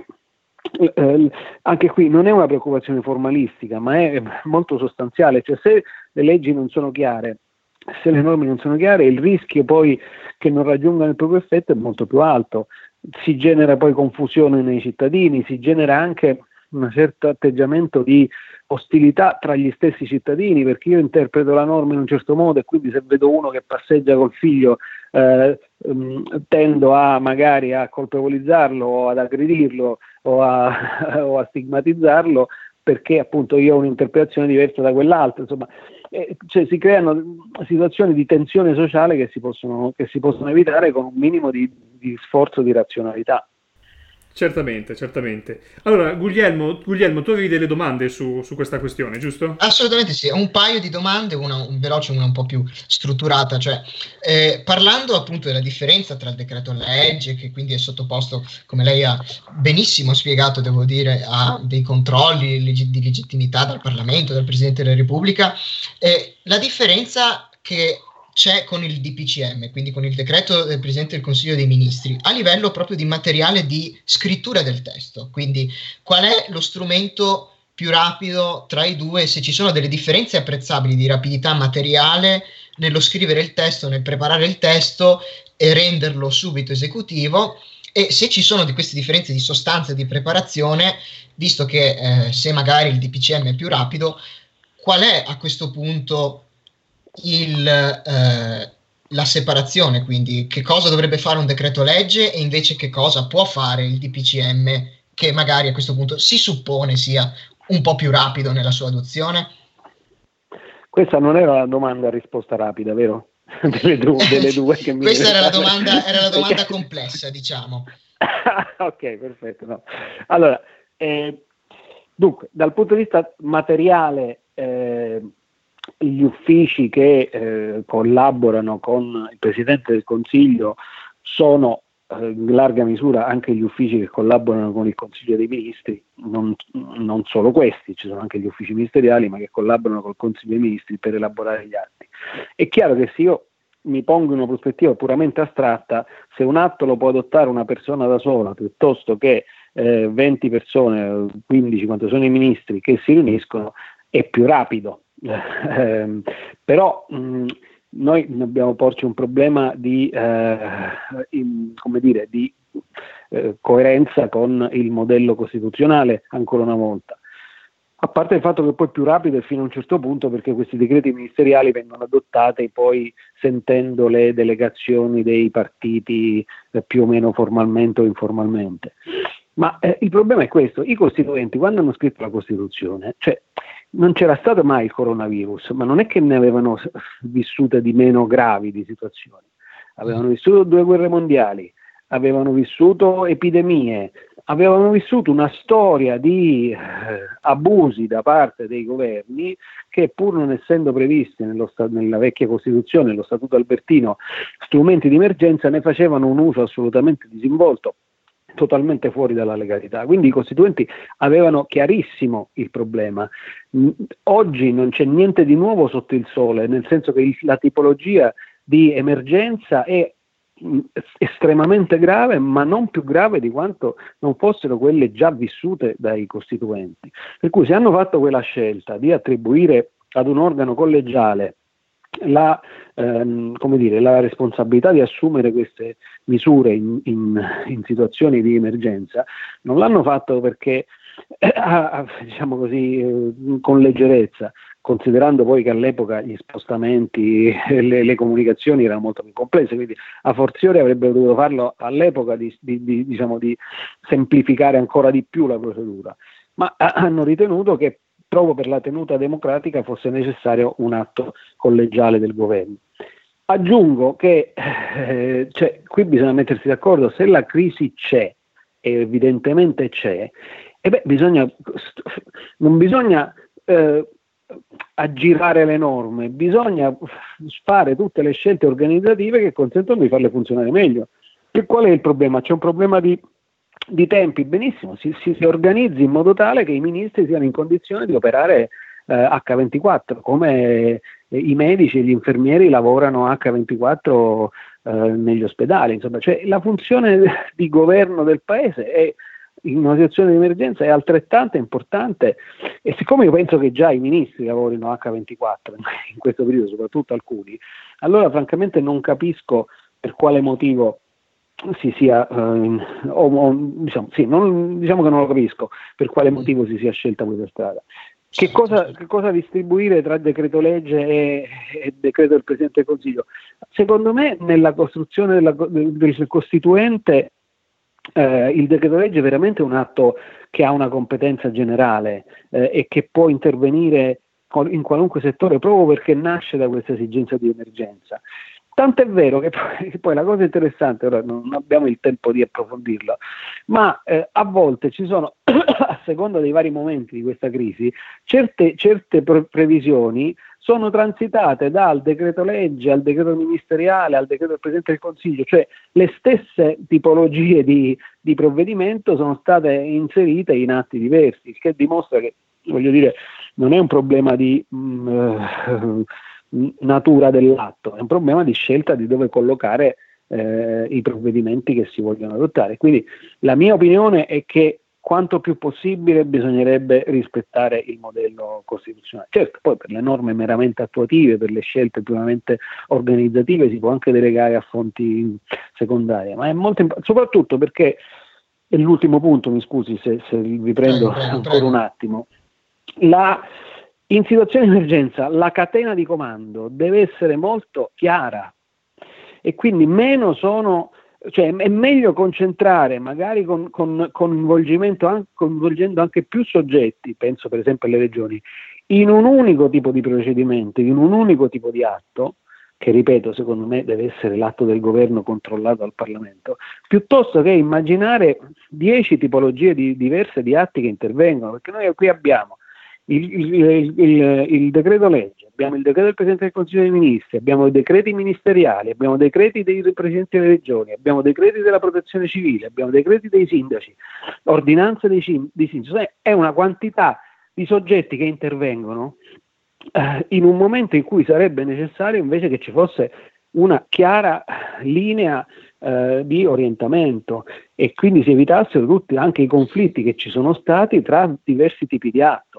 eh, anche qui non è una preoccupazione formalistica ma è molto sostanziale, cioè se le leggi non sono chiare, se le norme non sono chiare, il rischio poi che non raggiungano il proprio effetto è molto più alto, si genera poi confusione nei cittadini, si genera anche un certo atteggiamento di ostilità tra gli stessi cittadini, perché io interpreto la norma in un certo modo e quindi se vedo uno che passeggia col figlio eh, tendo a magari a colpevolizzarlo o ad aggredirlo o a, o a stigmatizzarlo perché appunto io ho un'interpretazione diversa da quell'altro, insomma eh, cioè si creano situazioni di tensione sociale che si possono, che si possono evitare con un minimo di, di sforzo di razionalità. Certamente, certamente. Allora, Guglielmo, Guglielmo, tu avevi delle domande su, su questa questione, giusto? Assolutamente sì, un paio di domande, una un veloce, una un po' più strutturata, cioè eh, parlando appunto della differenza tra il decreto legge, che quindi è sottoposto, come lei ha benissimo spiegato, devo dire, a dei controlli leg- di legittimità dal Parlamento, dal Presidente della Repubblica, eh, la differenza che c'è con il D P C M, quindi con il decreto del Presidente del Consiglio dei Ministri, a livello proprio di materiale di scrittura del testo. Quindi qual è lo strumento più rapido tra i due, se ci sono delle differenze apprezzabili di rapidità materiale nello scrivere il testo, nel preparare il testo e renderlo subito esecutivo, e se ci sono di queste differenze di sostanza e di preparazione, visto che eh, se magari il D P C M è più rapido, qual è a questo punto Il, eh, la separazione, quindi che cosa dovrebbe fare un decreto legge e invece che cosa può fare il D P C M, che magari a questo punto si suppone sia un po' più rapido nella sua adozione? Questa non era la domanda a risposta rapida, vero? delle, due, delle due che mi Questa era la domanda, era la domanda complessa, diciamo. Ok, perfetto. No. Allora, eh, dunque, dal punto di vista materiale, eh, gli uffici che eh, collaborano con il Presidente del Consiglio sono eh, in larga misura anche gli uffici che collaborano con il Consiglio dei Ministri, non, non solo questi, ci sono anche gli uffici ministeriali, ma che collaborano col Consiglio dei Ministri per elaborare gli atti. È chiaro che se io mi pongo in una prospettiva puramente astratta, se un atto lo può adottare una persona da sola piuttosto che eh, venti persone, quindici, quanto sono i ministri che si riuniscono, è più rapido. Eh, però mh, noi dobbiamo porci un problema di, eh, in, come dire, di eh, coerenza con il modello costituzionale ancora una volta, a parte il fatto che poi è più rapido è fino a un certo punto, perché questi decreti ministeriali vengono adottati poi sentendo le delegazioni dei partiti eh, più o meno formalmente o informalmente. Ma eh, il problema è questo: i costituenti, quando hanno scritto la Costituzione, cioè non c'era stato mai il coronavirus, ma non è che ne avevano vissute di meno gravi di situazioni. Avevano vissuto due guerre mondiali, avevano vissuto epidemie, avevano vissuto una storia di eh, abusi da parte dei governi che, pur non essendo previsti nello sta- nella vecchia Costituzione, nello Statuto Albertino, strumenti di emergenza, ne facevano un uso assolutamente disinvolto, totalmente fuori dalla legalità. Quindi i costituenti avevano chiarissimo il problema. Oggi non c'è niente di nuovo sotto il sole, nel senso che il, la tipologia di emergenza è mh, estremamente grave, ma non più grave di quanto non fossero quelle già vissute dai costituenti. Per cui se hanno fatto quella scelta di attribuire ad un organo collegiale La, ehm, come dire, la responsabilità di assumere queste misure in, in, in situazioni di emergenza, non l'hanno fatto perché eh, diciamo così, eh, con leggerezza, considerando poi che all'epoca gli spostamenti e le, le comunicazioni erano molto più complesse, quindi a forziore avrebbero dovuto farlo all'epoca di, di, di, diciamo, di semplificare ancora di più la procedura, ma eh, hanno ritenuto che proprio per la tenuta democratica fosse necessario un atto collegiale del governo. Aggiungo che eh, cioè, qui bisogna mettersi d'accordo: se la crisi c'è, e evidentemente c'è, e beh, bisogna, non bisogna eh, aggirare le norme, bisogna fare tutte le scelte organizzative che consentono di farle funzionare meglio. E qual è il problema? C'è un problema di di tempi, benissimo, si, si, si organizzi in modo tale che i ministri siano in condizione di operare eh, acca ventiquattro, come eh, i medici e gli infermieri lavorano acca ventiquattro eh, negli ospedali. Insomma, cioè, la funzione di governo del paese è, in una situazione di emergenza, è altrettanto importante, e siccome io penso che già i ministri lavorino acca ventiquattro in questo periodo, soprattutto alcuni, allora francamente non capisco per quale motivo si sia eh, o, o, diciamo, sì, non, diciamo che non lo capisco per quale motivo si sia scelta questa strada. Che cosa, che cosa distribuire tra decreto legge e, e decreto del Presidente del Consiglio? Secondo me nella costruzione della, del, del Costituente eh, il decreto legge è veramente un atto che ha una competenza generale eh, e che può intervenire in qualunque settore proprio perché nasce da questa esigenza di emergenza. Tant'è vero che poi, che poi la cosa interessante, ora non abbiamo il tempo di approfondirla, ma eh, a volte ci sono, a seconda dei vari momenti di questa crisi, certe, certe pre- previsioni sono transitate dal decreto legge al decreto ministeriale al decreto del Presidente del Consiglio, cioè le stesse tipologie di, di provvedimento sono state inserite in atti diversi, il che dimostra che, voglio dire, non è un problema di mh, uh, natura dell'atto, è un problema di scelta di dove collocare eh, i provvedimenti che si vogliono adottare. Quindi la mia opinione è che quanto più possibile bisognerebbe rispettare il modello costituzionale. Certo, poi per le norme meramente attuative, per le scelte puramente organizzative si può anche delegare a fonti secondarie, ma è molto imp- soprattutto perché, è l'ultimo punto, mi scusi se, se vi prendo prego, prego, ancora prego. un attimo, la in situazione di emergenza la catena di comando deve essere molto chiara e quindi meno sono, cioè è meglio concentrare magari con, con coinvolgimento anche, coinvolgendo anche più soggetti, penso per esempio alle regioni, in un unico tipo di procedimento, in un unico tipo di atto, che ripeto secondo me deve essere l'atto del governo controllato dal Parlamento, piuttosto che immaginare dieci tipologie di, diverse di atti che intervengono, perché noi qui abbiamo Il, il, il, il decreto legge, abbiamo il decreto del Presidente del Consiglio dei Ministri, abbiamo i decreti ministeriali, abbiamo decreti dei Presidenti delle Regioni, abbiamo decreti della Protezione Civile, abbiamo decreti dei sindaci, ordinanze dei, dei sindaci, è una quantità di soggetti che intervengono eh, in un momento in cui sarebbe necessario invece che ci fosse una chiara linea eh, di orientamento e quindi si evitassero tutti anche i conflitti che ci sono stati tra diversi tipi di atto.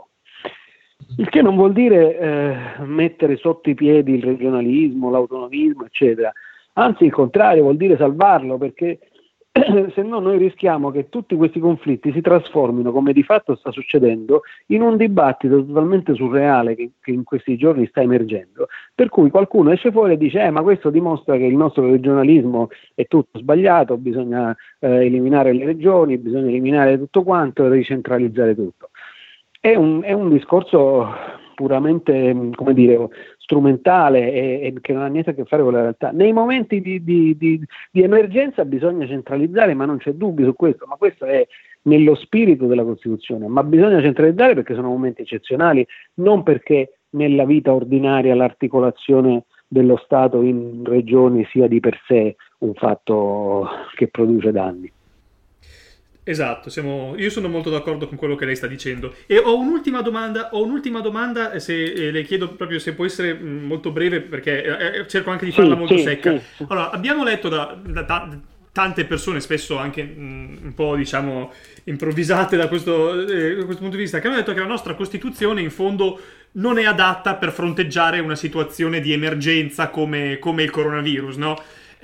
Il che non vuol dire eh, mettere sotto i piedi il regionalismo, l'autonomismo, eccetera. Anzi, il contrario, vuol dire salvarlo, perché se no noi rischiamo che tutti questi conflitti si trasformino, come di fatto sta succedendo, in un dibattito totalmente surreale che, che in questi giorni sta emergendo, per cui qualcuno esce fuori e dice eh, ma questo dimostra che il nostro regionalismo è tutto sbagliato, bisogna eh, eliminare le regioni, bisogna eliminare tutto quanto e ricentralizzare tutto. È un, è un discorso puramente, come dire, strumentale e, e che non ha niente a che fare con la realtà. Nei momenti di, di, di, di emergenza bisogna centralizzare, ma non c'è dubbio su questo, ma questo è nello spirito della Costituzione, ma bisogna centralizzare perché sono momenti eccezionali, non perché nella vita ordinaria l'articolazione dello Stato in regioni sia di per sé un fatto che produce danni. Esatto, siamo, io sono molto d'accordo con quello che lei sta dicendo. E ho un'ultima domanda, ho un'ultima domanda, se eh, le chiedo proprio se può essere mh, molto breve, perché eh, cerco anche di farla sì, molto sì, secca. sì. Allora, abbiamo letto da, da, da tante persone, spesso anche mh, un po' diciamo improvvisate da questo, eh, da questo punto di vista, che hanno detto che la nostra Costituzione in fondo non è adatta per fronteggiare una situazione di emergenza come, come il coronavirus, no?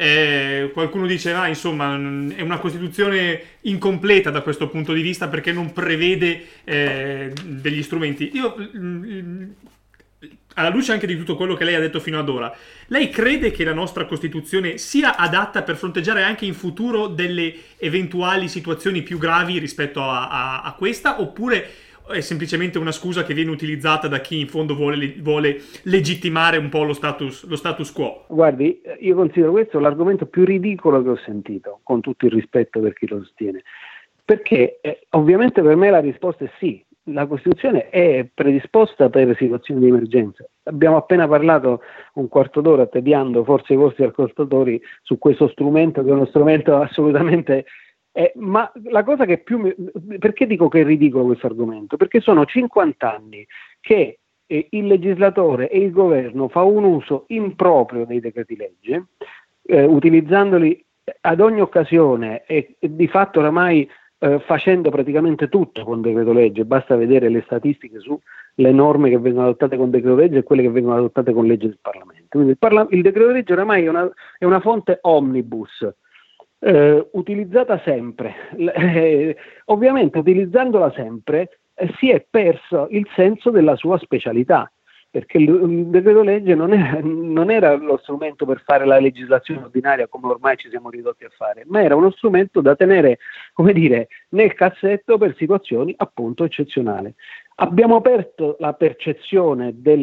Eh, qualcuno dice ah, insomma è una Costituzione incompleta da questo punto di vista perché non prevede eh, degli strumenti. Io mh, alla luce anche di tutto quello che lei ha detto fino ad ora, lei crede che la nostra Costituzione sia adatta per fronteggiare anche in futuro delle eventuali situazioni più gravi rispetto a, a, a questa, oppure è semplicemente una scusa che viene utilizzata da chi in fondo vuole, vuole legittimare un po' lo status, lo status quo? Guardi, io considero questo l'argomento più ridicolo che ho sentito, con tutto il rispetto per chi lo sostiene, perché eh, ovviamente per me la risposta è sì, la Costituzione è predisposta per situazioni di emergenza. Abbiamo appena parlato un quarto d'ora, tediando forse i vostri ascoltatori su questo strumento che è uno strumento assolutamente... Eh, ma la cosa che più mi... perché dico che è ridicolo questo argomento? Perché sono cinquanta anni che eh, il legislatore e il governo fa un uso improprio dei decreti legge, eh, utilizzandoli ad ogni occasione e, e di fatto oramai eh, facendo praticamente tutto con decreto legge. Basta vedere le statistiche sulle norme che vengono adottate con decreto legge e quelle che vengono adottate con legge del Parlamento. Quindi il, parla- il decreto legge oramai è una, è una fonte omnibus. Eh, utilizzata sempre, eh, ovviamente utilizzandola sempre eh, si è perso il senso della sua specialità, perché il, il decreto legge non, è, non era lo strumento per fare la legislazione ordinaria come ormai ci siamo ridotti a fare, ma era uno strumento da tenere, come dire, nel cassetto per situazioni appunto eccezionali. Abbiamo aperto la percezione della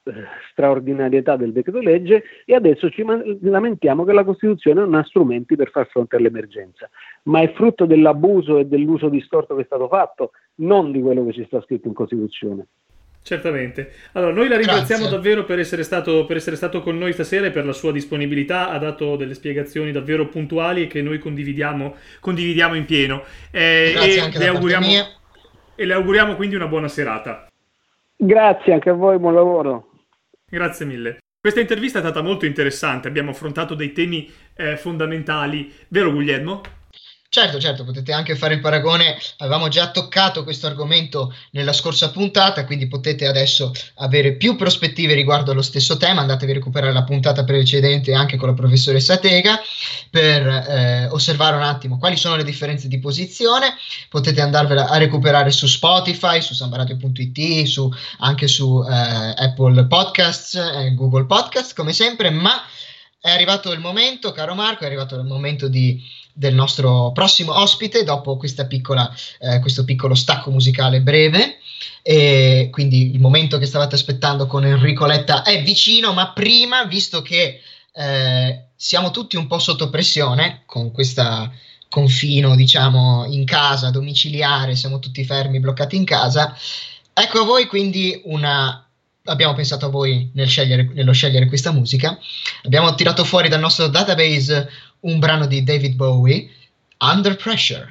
straordinarietà del decreto legge e adesso ci lamentiamo che la Costituzione non ha strumenti per far fronte all'emergenza, ma è frutto dell'abuso e dell'uso distorto che è stato fatto, non di quello che ci sta scritto in Costituzione. Certamente. Allora, noi la ringraziamo Grazie. davvero per essere stato per essere stato con noi stasera e per la sua disponibilità. Ha dato delle spiegazioni davvero puntuali e che noi condividiamo, condividiamo in pieno. Eh, Grazie e anche le da parte auguriamo, mia. e le auguriamo quindi una buona serata. Grazie anche a voi, buon lavoro. Grazie mille. Questa intervista è stata molto interessante, abbiamo affrontato dei temi eh, fondamentali, vero Guglielmo? Certo, certo, potete anche fare il paragone, avevamo già toccato questo argomento nella scorsa puntata, quindi potete adesso avere più prospettive riguardo allo stesso tema, andatevi a recuperare la puntata precedente anche con la professoressa Tega per eh, osservare un attimo quali sono le differenze di posizione, potete andarvela a recuperare su Spotify, su sambaradio punto it, su, anche su eh, Apple Podcasts, eh, Google Podcasts come sempre, ma è arrivato il momento, caro Marco, è arrivato il momento di, del nostro prossimo ospite dopo questa piccola, eh, questo piccolo stacco musicale breve, e quindi il momento che stavate aspettando con Enrico Letta è vicino, ma prima, visto che eh, siamo tutti un po' sotto pressione con questa confino, diciamo, in casa, domiciliare, siamo tutti fermi, bloccati in casa, ecco a voi quindi una... Abbiamo pensato a voi nel scegliere, nello scegliere questa musica. Abbiamo tirato fuori dal nostro database un brano di David Bowie, Under Pressure.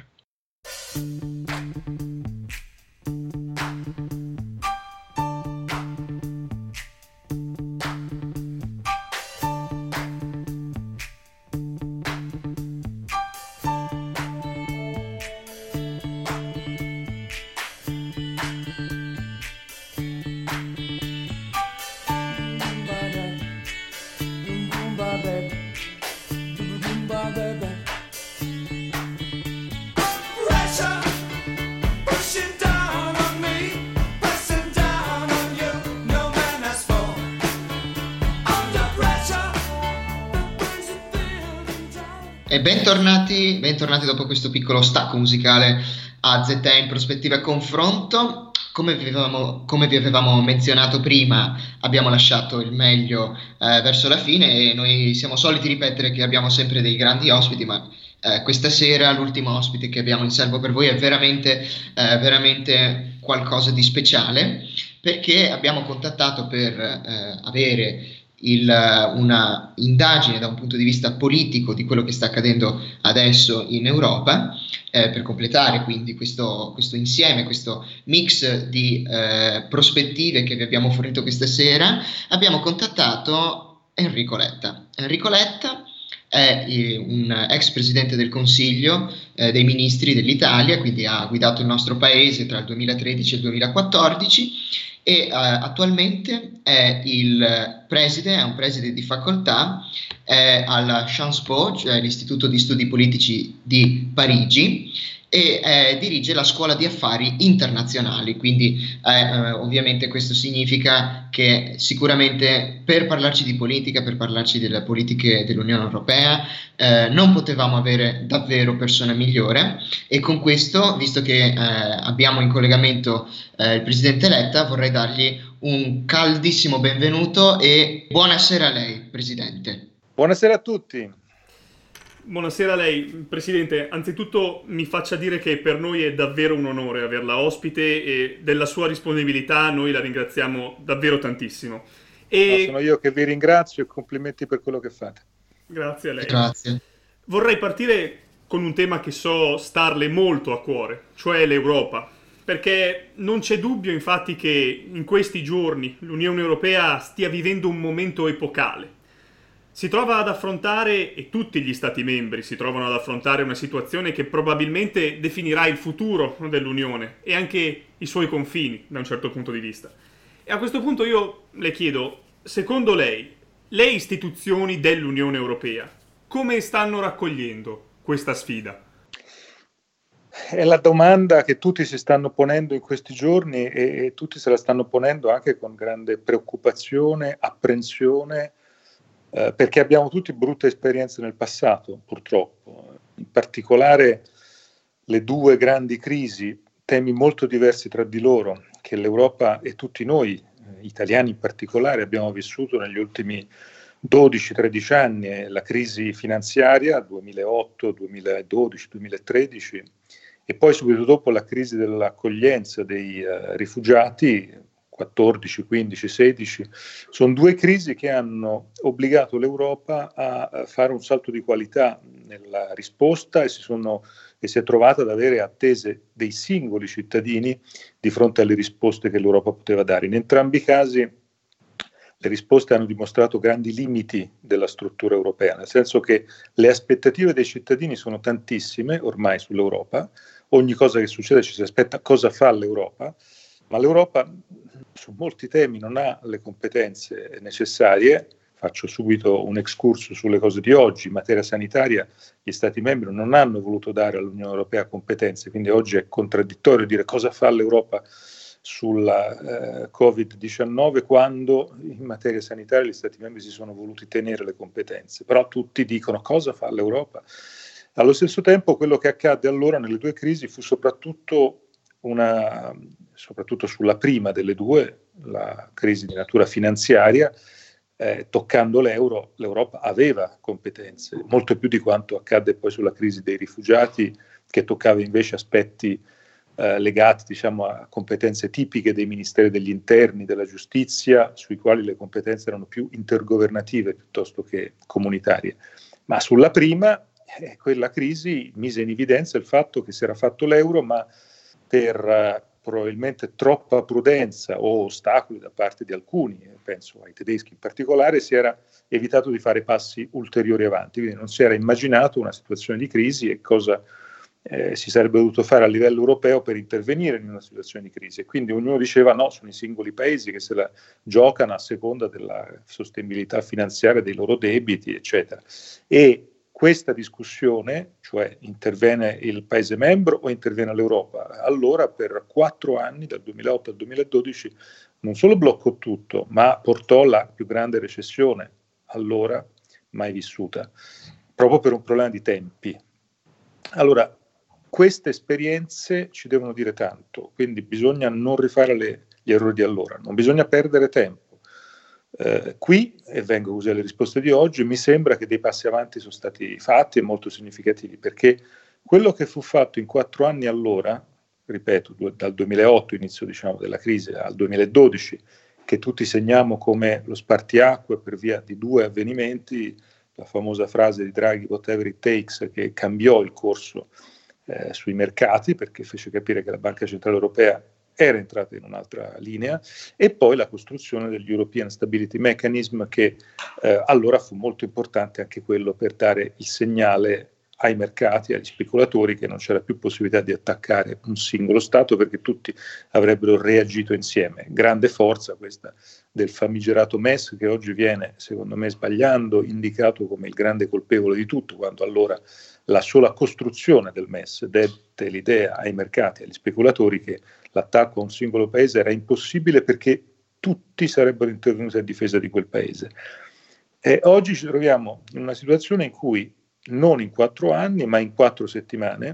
E bentornati, bentornati dopo questo piccolo stacco musicale a Z T in prospettiva e confronto. Come vi avevamo, come vi avevamo menzionato prima, abbiamo lasciato il meglio eh, verso la fine e noi siamo soliti ripetere che abbiamo sempre dei grandi ospiti, ma eh, questa sera l'ultimo ospite che abbiamo in serbo per voi è veramente, eh, veramente qualcosa di speciale, perché abbiamo contattato per eh, avere Il, una indagine da un punto di vista politico di quello che sta accadendo adesso in Europa, eh, per completare quindi questo, questo insieme, questo mix di eh, prospettive che vi abbiamo fornito questa sera. Abbiamo contattato Enrico Letta. Enrico Letta è eh, un ex presidente del Consiglio eh, dei Ministri dell'Italia, quindi ha guidato il nostro paese tra il duemilatredici e il duemilaquattordici e uh, attualmente è il preside, è un preside di facoltà eh, alla Sciences Po, cioè l'Istituto di Studi Politici di Parigi, e eh, dirige la Scuola di Affari Internazionali, quindi eh, eh, ovviamente questo significa che sicuramente per parlarci di politica, per parlarci delle politiche dell'Unione Europea, eh, non potevamo avere davvero persona migliore, e con questo, visto che eh, abbiamo in collegamento eh, il Presidente Letta, vorrei dargli un caldissimo benvenuto e buonasera a lei, Presidente. Buonasera a tutti. Buonasera a lei, Presidente. Anzitutto mi faccia dire che per noi è davvero un onore averla ospite e della sua disponibilità noi la ringraziamo davvero tantissimo. E... No, sono io che vi ringrazio e complimenti per quello che fate. Grazie a lei. Grazie. Vorrei partire con un tema che so starle molto a cuore, cioè l'Europa, perché non c'è dubbio infatti che in questi giorni l'Unione Europea stia vivendo un momento epocale. Si trova ad affrontare, e tutti gli Stati membri si trovano ad affrontare, una situazione che probabilmente definirà il futuro dell'Unione e anche i suoi confini da un certo punto di vista. E a questo punto io le chiedo, secondo lei, le istituzioni dell'Unione Europea come stanno raccogliendo questa sfida? È la domanda che tutti si stanno ponendo in questi giorni e, e tutti se la stanno ponendo anche con grande preoccupazione, apprensione, Eh, perché abbiamo tutti brutte esperienze nel passato, purtroppo. In particolare le due grandi crisi, temi molto diversi tra di loro, che l'Europa e tutti noi italiani in particolare, abbiamo vissuto negli ultimi dodici tredici anni la crisi finanziaria duemilaotto, duemiladodici, duemilatredici e poi subito dopo la crisi dell'accoglienza dei uh, rifugiati quattordici, quindici, sedici, sono due crisi che hanno obbligato l'Europa a fare un salto di qualità nella risposta e si, sono, e si è trovata ad avere attese dei singoli cittadini di fronte alle risposte che l'Europa poteva dare. In entrambi i casi le risposte hanno dimostrato grandi limiti della struttura europea, nel senso che le aspettative dei cittadini sono tantissime ormai sull'Europa, ogni cosa che succede ci si aspetta cosa fa l'Europa, ma l'Europa su molti temi non ha le competenze necessarie. Faccio subito un excursus sulle cose di oggi. In materia sanitaria gli Stati membri non hanno voluto dare all'Unione Europea competenze, quindi oggi è contraddittorio dire cosa fa l'Europa sulla eh, covid diciannove quando in materia sanitaria gli Stati membri si sono voluti tenere le competenze, però tutti dicono cosa fa l'Europa. Allo stesso tempo quello che accadde allora nelle due crisi fu soprattutto una, soprattutto sulla prima delle due, la crisi di natura finanziaria, eh, toccando l'euro, l'Europa aveva competenze, molto più di quanto accadde poi sulla crisi dei rifugiati, che toccava invece aspetti Eh, legati diciamo, a competenze tipiche dei ministeri degli interni, della giustizia, sui quali le competenze erano più intergovernative piuttosto che comunitarie. Ma sulla prima, eh, quella crisi mise in evidenza il fatto che si era fatto l'euro, ma per eh, probabilmente troppa prudenza o ostacoli da parte di alcuni, eh, penso ai tedeschi in particolare, si era evitato di fare passi ulteriori avanti, quindi non si era immaginato una situazione di crisi e cosa Eh, si sarebbe dovuto fare a livello europeo per intervenire in una situazione di crisi, e quindi ognuno diceva no, sono i singoli paesi che se la giocano a seconda della sostenibilità finanziaria dei loro debiti, eccetera. E questa discussione, cioè interviene il paese membro o interviene l'Europa, allora per quattro anni, dal duemilaotto al duemiladodici, non solo bloccò tutto, ma portò la più grande recessione allora mai vissuta, proprio per un problema di tempi. Allora, queste esperienze ci devono dire tanto, quindi bisogna non rifare le, gli errori di allora, non bisogna perdere tempo. Eh, qui, e vengo così alle risposte di oggi, mi sembra che dei passi avanti sono stati fatti e molto significativi, perché quello che fu fatto in quattro anni allora, ripeto, dal duemilaotto, inizio diciamo, della crisi, al duemiladodici, che tutti segniamo come lo spartiacque per via di due avvenimenti, la famosa frase di Draghi, whatever it takes, che cambiò il corso Eh, sui mercati perché fece capire che la Banca Centrale Europea era entrata in un'altra linea, e poi la costruzione degli European Stability Mechanism, che eh, allora fu molto importante anche quello per dare il segnale ai mercati, agli speculatori, che non c'era più possibilità di attaccare un singolo Stato perché tutti avrebbero reagito insieme. Grande forza questa del famigerato M E S, che oggi viene, secondo me sbagliando, indicato come il grande colpevole di tutto, quando allora la sola costruzione del M E S dette l'idea ai mercati, agli speculatori, che l'attacco a un singolo paese era impossibile perché tutti sarebbero intervenuti a difesa di quel paese. E oggi ci troviamo in una situazione in cui non in quattro anni, ma in quattro settimane,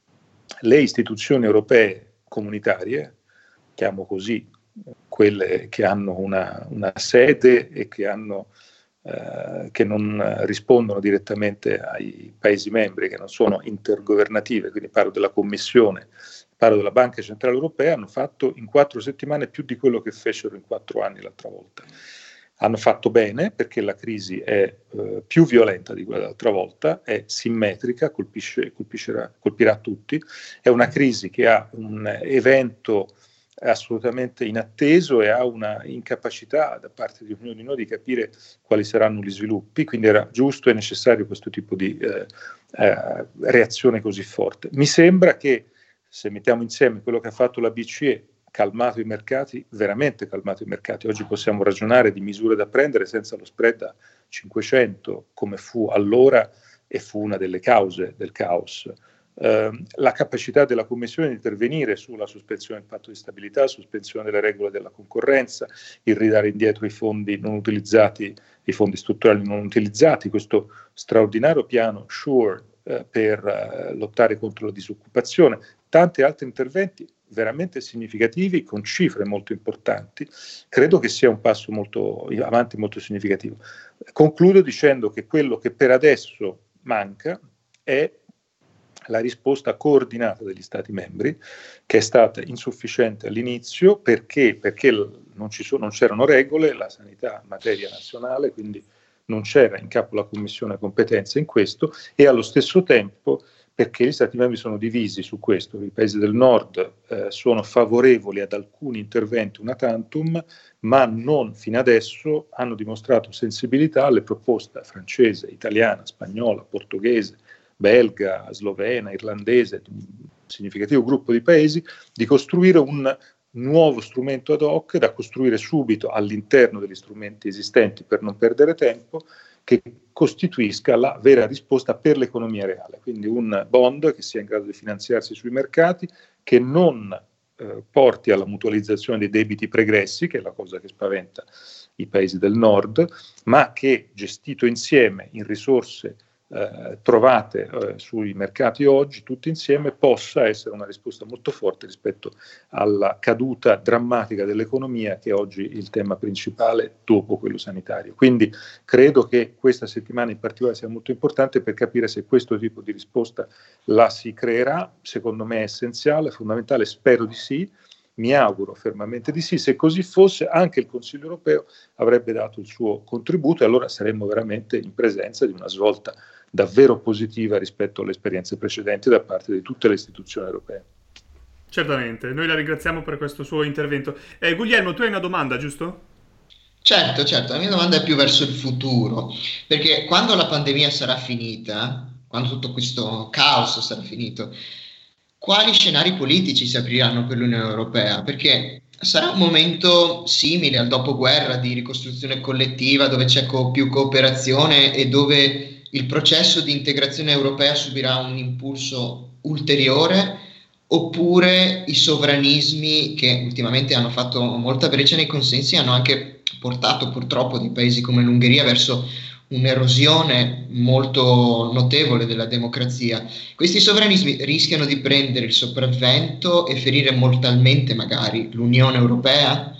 le istituzioni europee comunitarie, chiamo così, quelle che hanno una, una sede e che, hanno, eh, che non rispondono direttamente ai Paesi membri, che non sono intergovernative, quindi parlo della Commissione, parlo della Banca Centrale Europea, hanno fatto in quattro settimane più di quello che fecero in quattro anni l'altra volta. Hanno fatto bene perché la crisi è eh, più violenta di quella dell'altra volta, è simmetrica, colpisce, colpiscerà, colpirà tutti, è una crisi che ha un evento assolutamente inatteso e ha una incapacità da parte di ognuno di noi di capire quali saranno gli sviluppi, quindi era giusto e necessario questo tipo di eh, eh, reazione così forte. Mi sembra che se mettiamo insieme quello che ha fatto la B C E, calmato i mercati, veramente calmato i mercati. Oggi possiamo ragionare di misure da prendere senza lo spread a cinquecento, come fu allora e fu una delle cause del caos. Eh, la capacità della Commissione di intervenire sulla sospensione del patto di stabilità, sospensione delle regole della concorrenza, il ridare indietro i fondi non utilizzati, i fondi strutturali non utilizzati, questo straordinario piano SURE eh, per eh, lottare contro la disoccupazione, tanti altri interventi veramente significativi, con cifre molto importanti, credo che sia un passo molto avanti, molto significativo. Concludo dicendo che quello che per adesso manca è la risposta coordinata degli Stati membri, che è stata insufficiente all'inizio perché, perché non, ci sono, non c'erano regole, la sanità è materia nazionale, quindi non c'era in capo la Commissione competenza in questo, e allo stesso tempo perché gli Stati membri sono divisi su questo. I paesi del nord eh, sono favorevoli ad alcuni interventi una tantum, ma non fino adesso hanno dimostrato sensibilità alle proposte francese, italiana, spagnola, portoghese, belga, slovena, irlandese, un significativo gruppo di paesi, di costruire un nuovo strumento ad hoc da costruire subito all'interno degli strumenti esistenti per non perdere tempo, che costituisca la vera risposta per l'economia reale, quindi un bond che sia in grado di finanziarsi sui mercati, che non eh, porti alla mutualizzazione dei debiti pregressi, che è la cosa che spaventa i paesi del nord, ma che gestito insieme in risorse eh, trovate eh, sui mercati oggi, tutti insieme, possa essere una risposta molto forte rispetto alla caduta drammatica dell'economia, che è oggi il tema principale dopo quello sanitario. Quindi credo che questa settimana in particolare sia molto importante per capire se questo tipo di risposta la si creerà. Secondo me è essenziale, è fondamentale, spero di sì. Mi auguro fermamente di sì. Se così fosse, anche il Consiglio europeo avrebbe dato il suo contributo, e allora saremmo veramente in presenza di una svolta davvero positiva rispetto alle esperienze precedenti da parte di tutte le istituzioni europee. Certamente, noi la ringraziamo per questo suo intervento. Eh, Guglielmo, tu hai una domanda, giusto? Certo, certo, la mia domanda è più verso il futuro, perché quando la pandemia sarà finita, quando tutto questo caos sarà finito, quali scenari politici si apriranno per l'Unione Europea? Perché sarà un momento simile al dopoguerra di ricostruzione collettiva, dove c'è co- più cooperazione e dove il processo di integrazione europea subirà un impulso ulteriore, oppure i sovranismi che ultimamente hanno fatto molta breccia nei consensi hanno anche portato purtroppo di paesi come l'Ungheria verso un'erosione molto notevole della democrazia. Questi sovranismi rischiano di prendere il sopravvento e ferire mortalmente magari l'Unione Europea?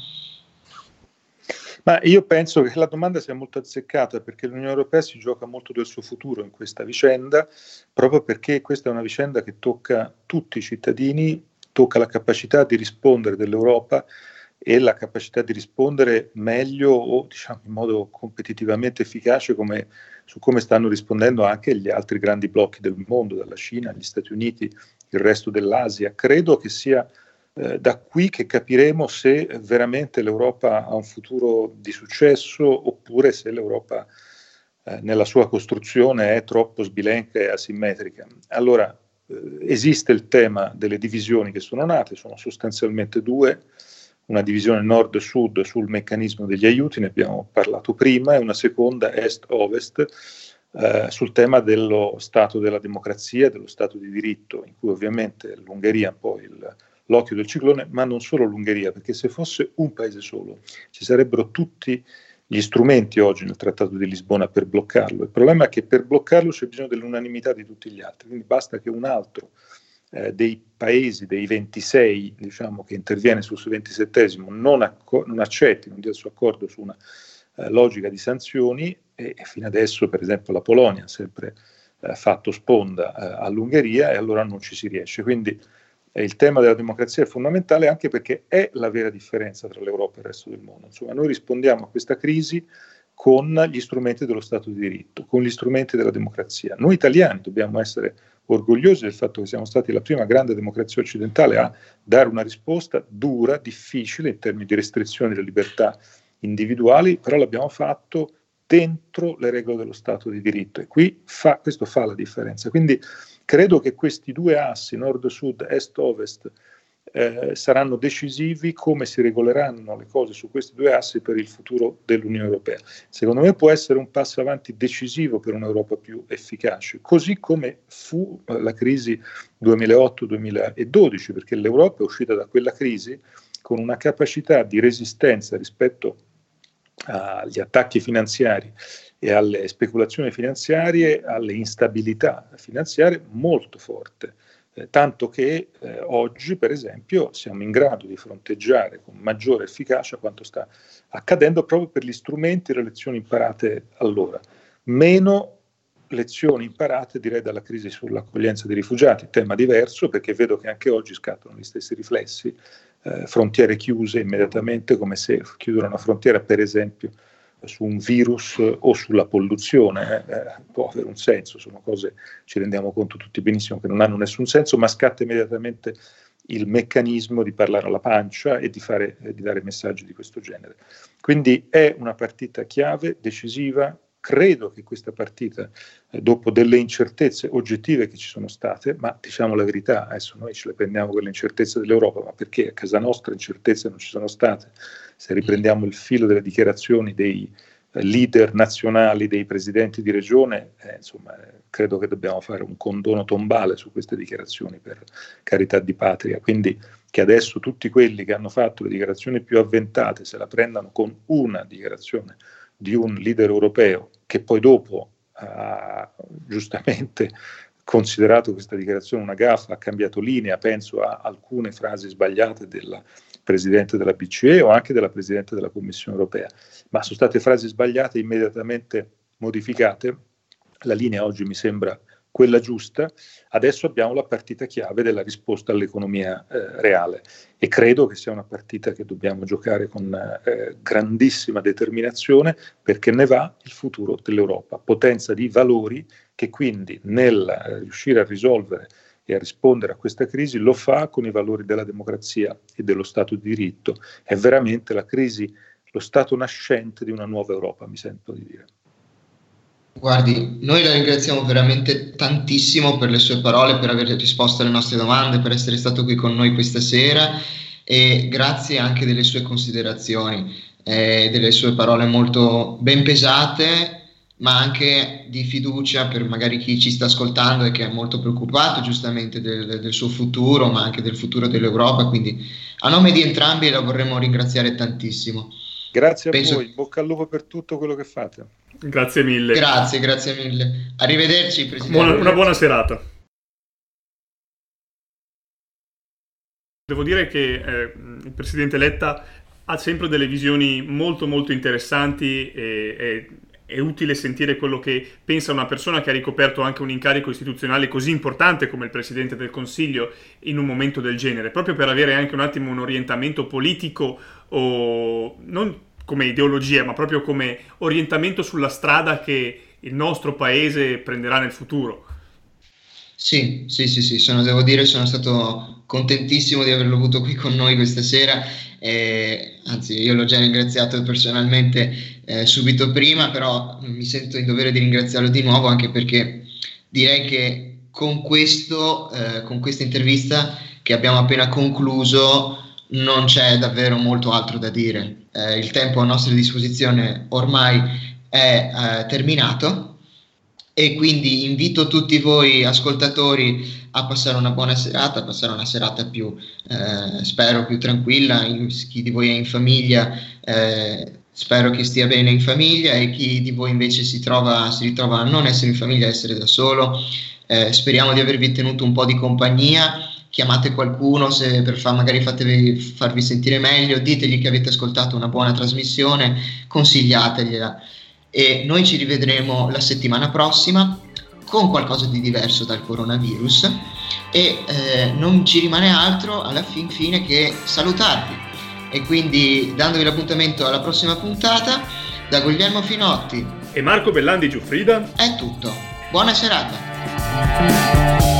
Ma io penso che la domanda sia molto azzeccata, perché l'Unione Europea si gioca molto del suo futuro in questa vicenda, proprio perché questa è una vicenda che tocca tutti i cittadini, tocca la capacità di rispondere dell'Europa e la capacità di rispondere meglio o diciamo in modo competitivamente efficace come, su come stanno rispondendo anche gli altri grandi blocchi del mondo, dalla Cina, gli Stati Uniti, il resto dell'Asia. Credo che sia eh, da qui che capiremo se veramente l'Europa ha un futuro di successo oppure se l'Europa eh, nella sua costruzione è troppo sbilenca e asimmetrica. Allora eh, esiste il tema delle divisioni che sono nate, sono sostanzialmente due. Una divisione nord-sud sul meccanismo degli aiuti, ne abbiamo parlato prima, e una seconda est-ovest eh, sul tema dello Stato della democrazia, dello Stato di diritto, in cui ovviamente l'Ungheria è un po' il, l'occhio del ciclone, ma non solo l'Ungheria, perché se fosse un paese solo ci sarebbero tutti gli strumenti oggi nel Trattato di Lisbona per bloccarlo. Il problema è che per bloccarlo c'è bisogno dell'unanimità di tutti gli altri, quindi basta che un altro Eh, dei paesi, dei ventisei, diciamo, che interviene sul ventisettesimo, non, acco- non accetti, non dia il suo accordo su una eh, logica di sanzioni, e, e fino adesso, per esempio, la Polonia ha sempre eh, fatto sponda eh, all'Ungheria, e allora non ci si riesce. Quindi eh, il tema della democrazia è fondamentale, anche perché è la vera differenza tra l'Europa e il resto del mondo. Insomma, noi rispondiamo a questa crisi con gli strumenti dello Stato di diritto, con gli strumenti della democrazia. Noi italiani dobbiamo essere orgogliosi del fatto che siamo stati la prima grande democrazia occidentale a dare una risposta dura, difficile in termini di restrizioni delle libertà individuali, però l'abbiamo fatto dentro le regole dello Stato di diritto, e qui fa, questo fa la differenza. Quindi credo che questi due assi, nord-sud, est-ovest, Eh, saranno decisivi come si regoleranno le cose su questi due assi per il futuro dell'Unione Europea. Secondo me può essere un passo avanti decisivo per un'Europa più efficace, così come fu la crisi duemilaotto duemiladodici, perché l'Europa è uscita da quella crisi con una capacità di resistenza rispetto agli attacchi finanziari e alle speculazioni finanziarie, alle instabilità finanziarie molto forte. Eh, tanto che eh, oggi, per esempio, siamo in grado di fronteggiare con maggiore efficacia quanto sta accadendo proprio per gli strumenti e le lezioni imparate allora. Meno lezioni imparate, direi, dalla crisi sull'accoglienza dei rifugiati, tema diverso perché vedo che anche oggi scattano gli stessi riflessi, eh, frontiere chiuse immediatamente, come se chiudere una frontiera, per esempio, su un virus o sulla polluzione, eh, può avere un senso, sono cose, ci rendiamo conto tutti benissimo che non hanno nessun senso, ma scatta immediatamente il meccanismo di parlare alla pancia e di, fare, eh, di dare messaggi di questo genere. Quindi è una partita chiave, decisiva. Credo che questa partita, eh, dopo delle incertezze oggettive che ci sono state, ma diciamo la verità, adesso noi ce le prendiamo con le incertezze dell'Europa, ma perché a casa nostra incertezze non ci sono state? Se riprendiamo il filo delle dichiarazioni dei eh, leader nazionali, dei presidenti di regione, eh, insomma, eh, credo che dobbiamo fare un condono tombale su queste dichiarazioni, per carità di patria. Quindi che adesso tutti quelli che hanno fatto le dichiarazioni più avventate se la prendano con una dichiarazione di un leader europeo che poi dopo ha giustamente considerato questa dichiarazione una gaffa, ha cambiato linea, penso a alcune frasi sbagliate della Presidente della B C E o anche della Presidente della Commissione Europea, ma sono state frasi sbagliate immediatamente modificate. La linea oggi mi sembra quella giusta. Adesso abbiamo la partita chiave della risposta all'economia eh, reale e credo che sia una partita che dobbiamo giocare con eh, grandissima determinazione, perché ne va il futuro dell'Europa, potenza di valori che quindi nel eh, riuscire a risolvere e a rispondere a questa crisi lo fa con i valori della democrazia e dello Stato di diritto. È veramente la crisi, lo stato nascente di una nuova Europa, mi sento di dire. Guardi, noi la ringraziamo veramente tantissimo per le sue parole, per aver risposto alle nostre domande, per essere stato qui con noi questa sera, e grazie anche delle sue considerazioni, eh, delle sue parole molto ben pesate, ma anche di fiducia per magari chi ci sta ascoltando e che è molto preoccupato giustamente del, del suo futuro, ma anche del futuro dell'Europa. Quindi a nome di entrambi la vorremmo ringraziare tantissimo. Grazie a Penso... voi, in bocca al lupo per tutto quello che fate. Grazie mille. Grazie, grazie mille. Arrivederci, Presidente. Buona, una buona serata. Devo dire che eh, il Presidente Letta ha sempre delle visioni molto molto interessanti e, e è utile sentire quello che pensa una persona che ha ricoperto anche un incarico istituzionale così importante come il Presidente del Consiglio in un momento del genere, proprio per avere anche un attimo un orientamento politico, o non come ideologia, ma proprio come orientamento sulla strada che il nostro paese prenderà nel futuro. Sì, sì, sì, sì, sono, devo dire, sono stato contentissimo di averlo avuto qui con noi questa sera, eh, anzi io l'ho già ringraziato personalmente eh, subito prima, però mi sento in dovere di ringraziarlo di nuovo, anche perché direi che con questo, eh, con questa intervista che abbiamo appena concluso non c'è davvero molto altro da dire. Eh, il tempo a nostra disposizione ormai è eh, terminato, e quindi invito tutti voi ascoltatori a passare una buona serata, a passare una serata più, eh, spero, più tranquilla. Chi di voi è in famiglia, eh, spero che stia bene in famiglia, e chi di voi invece si trova, si ritrova a non essere in famiglia, a essere da solo, eh, speriamo di avervi tenuto un po' di compagnia. Chiamate qualcuno, se per far, magari fatevi, farvi sentire meglio, ditegli che avete ascoltato una buona trasmissione, consigliategliela. E noi ci rivedremo la settimana prossima con qualcosa di diverso dal coronavirus, e eh, non ci rimane altro alla fin fine che salutarvi, e quindi dandovi l'appuntamento alla prossima puntata. Da Guglielmo Finotti e Marco Bellandi Giuffrida è tutto, buona serata.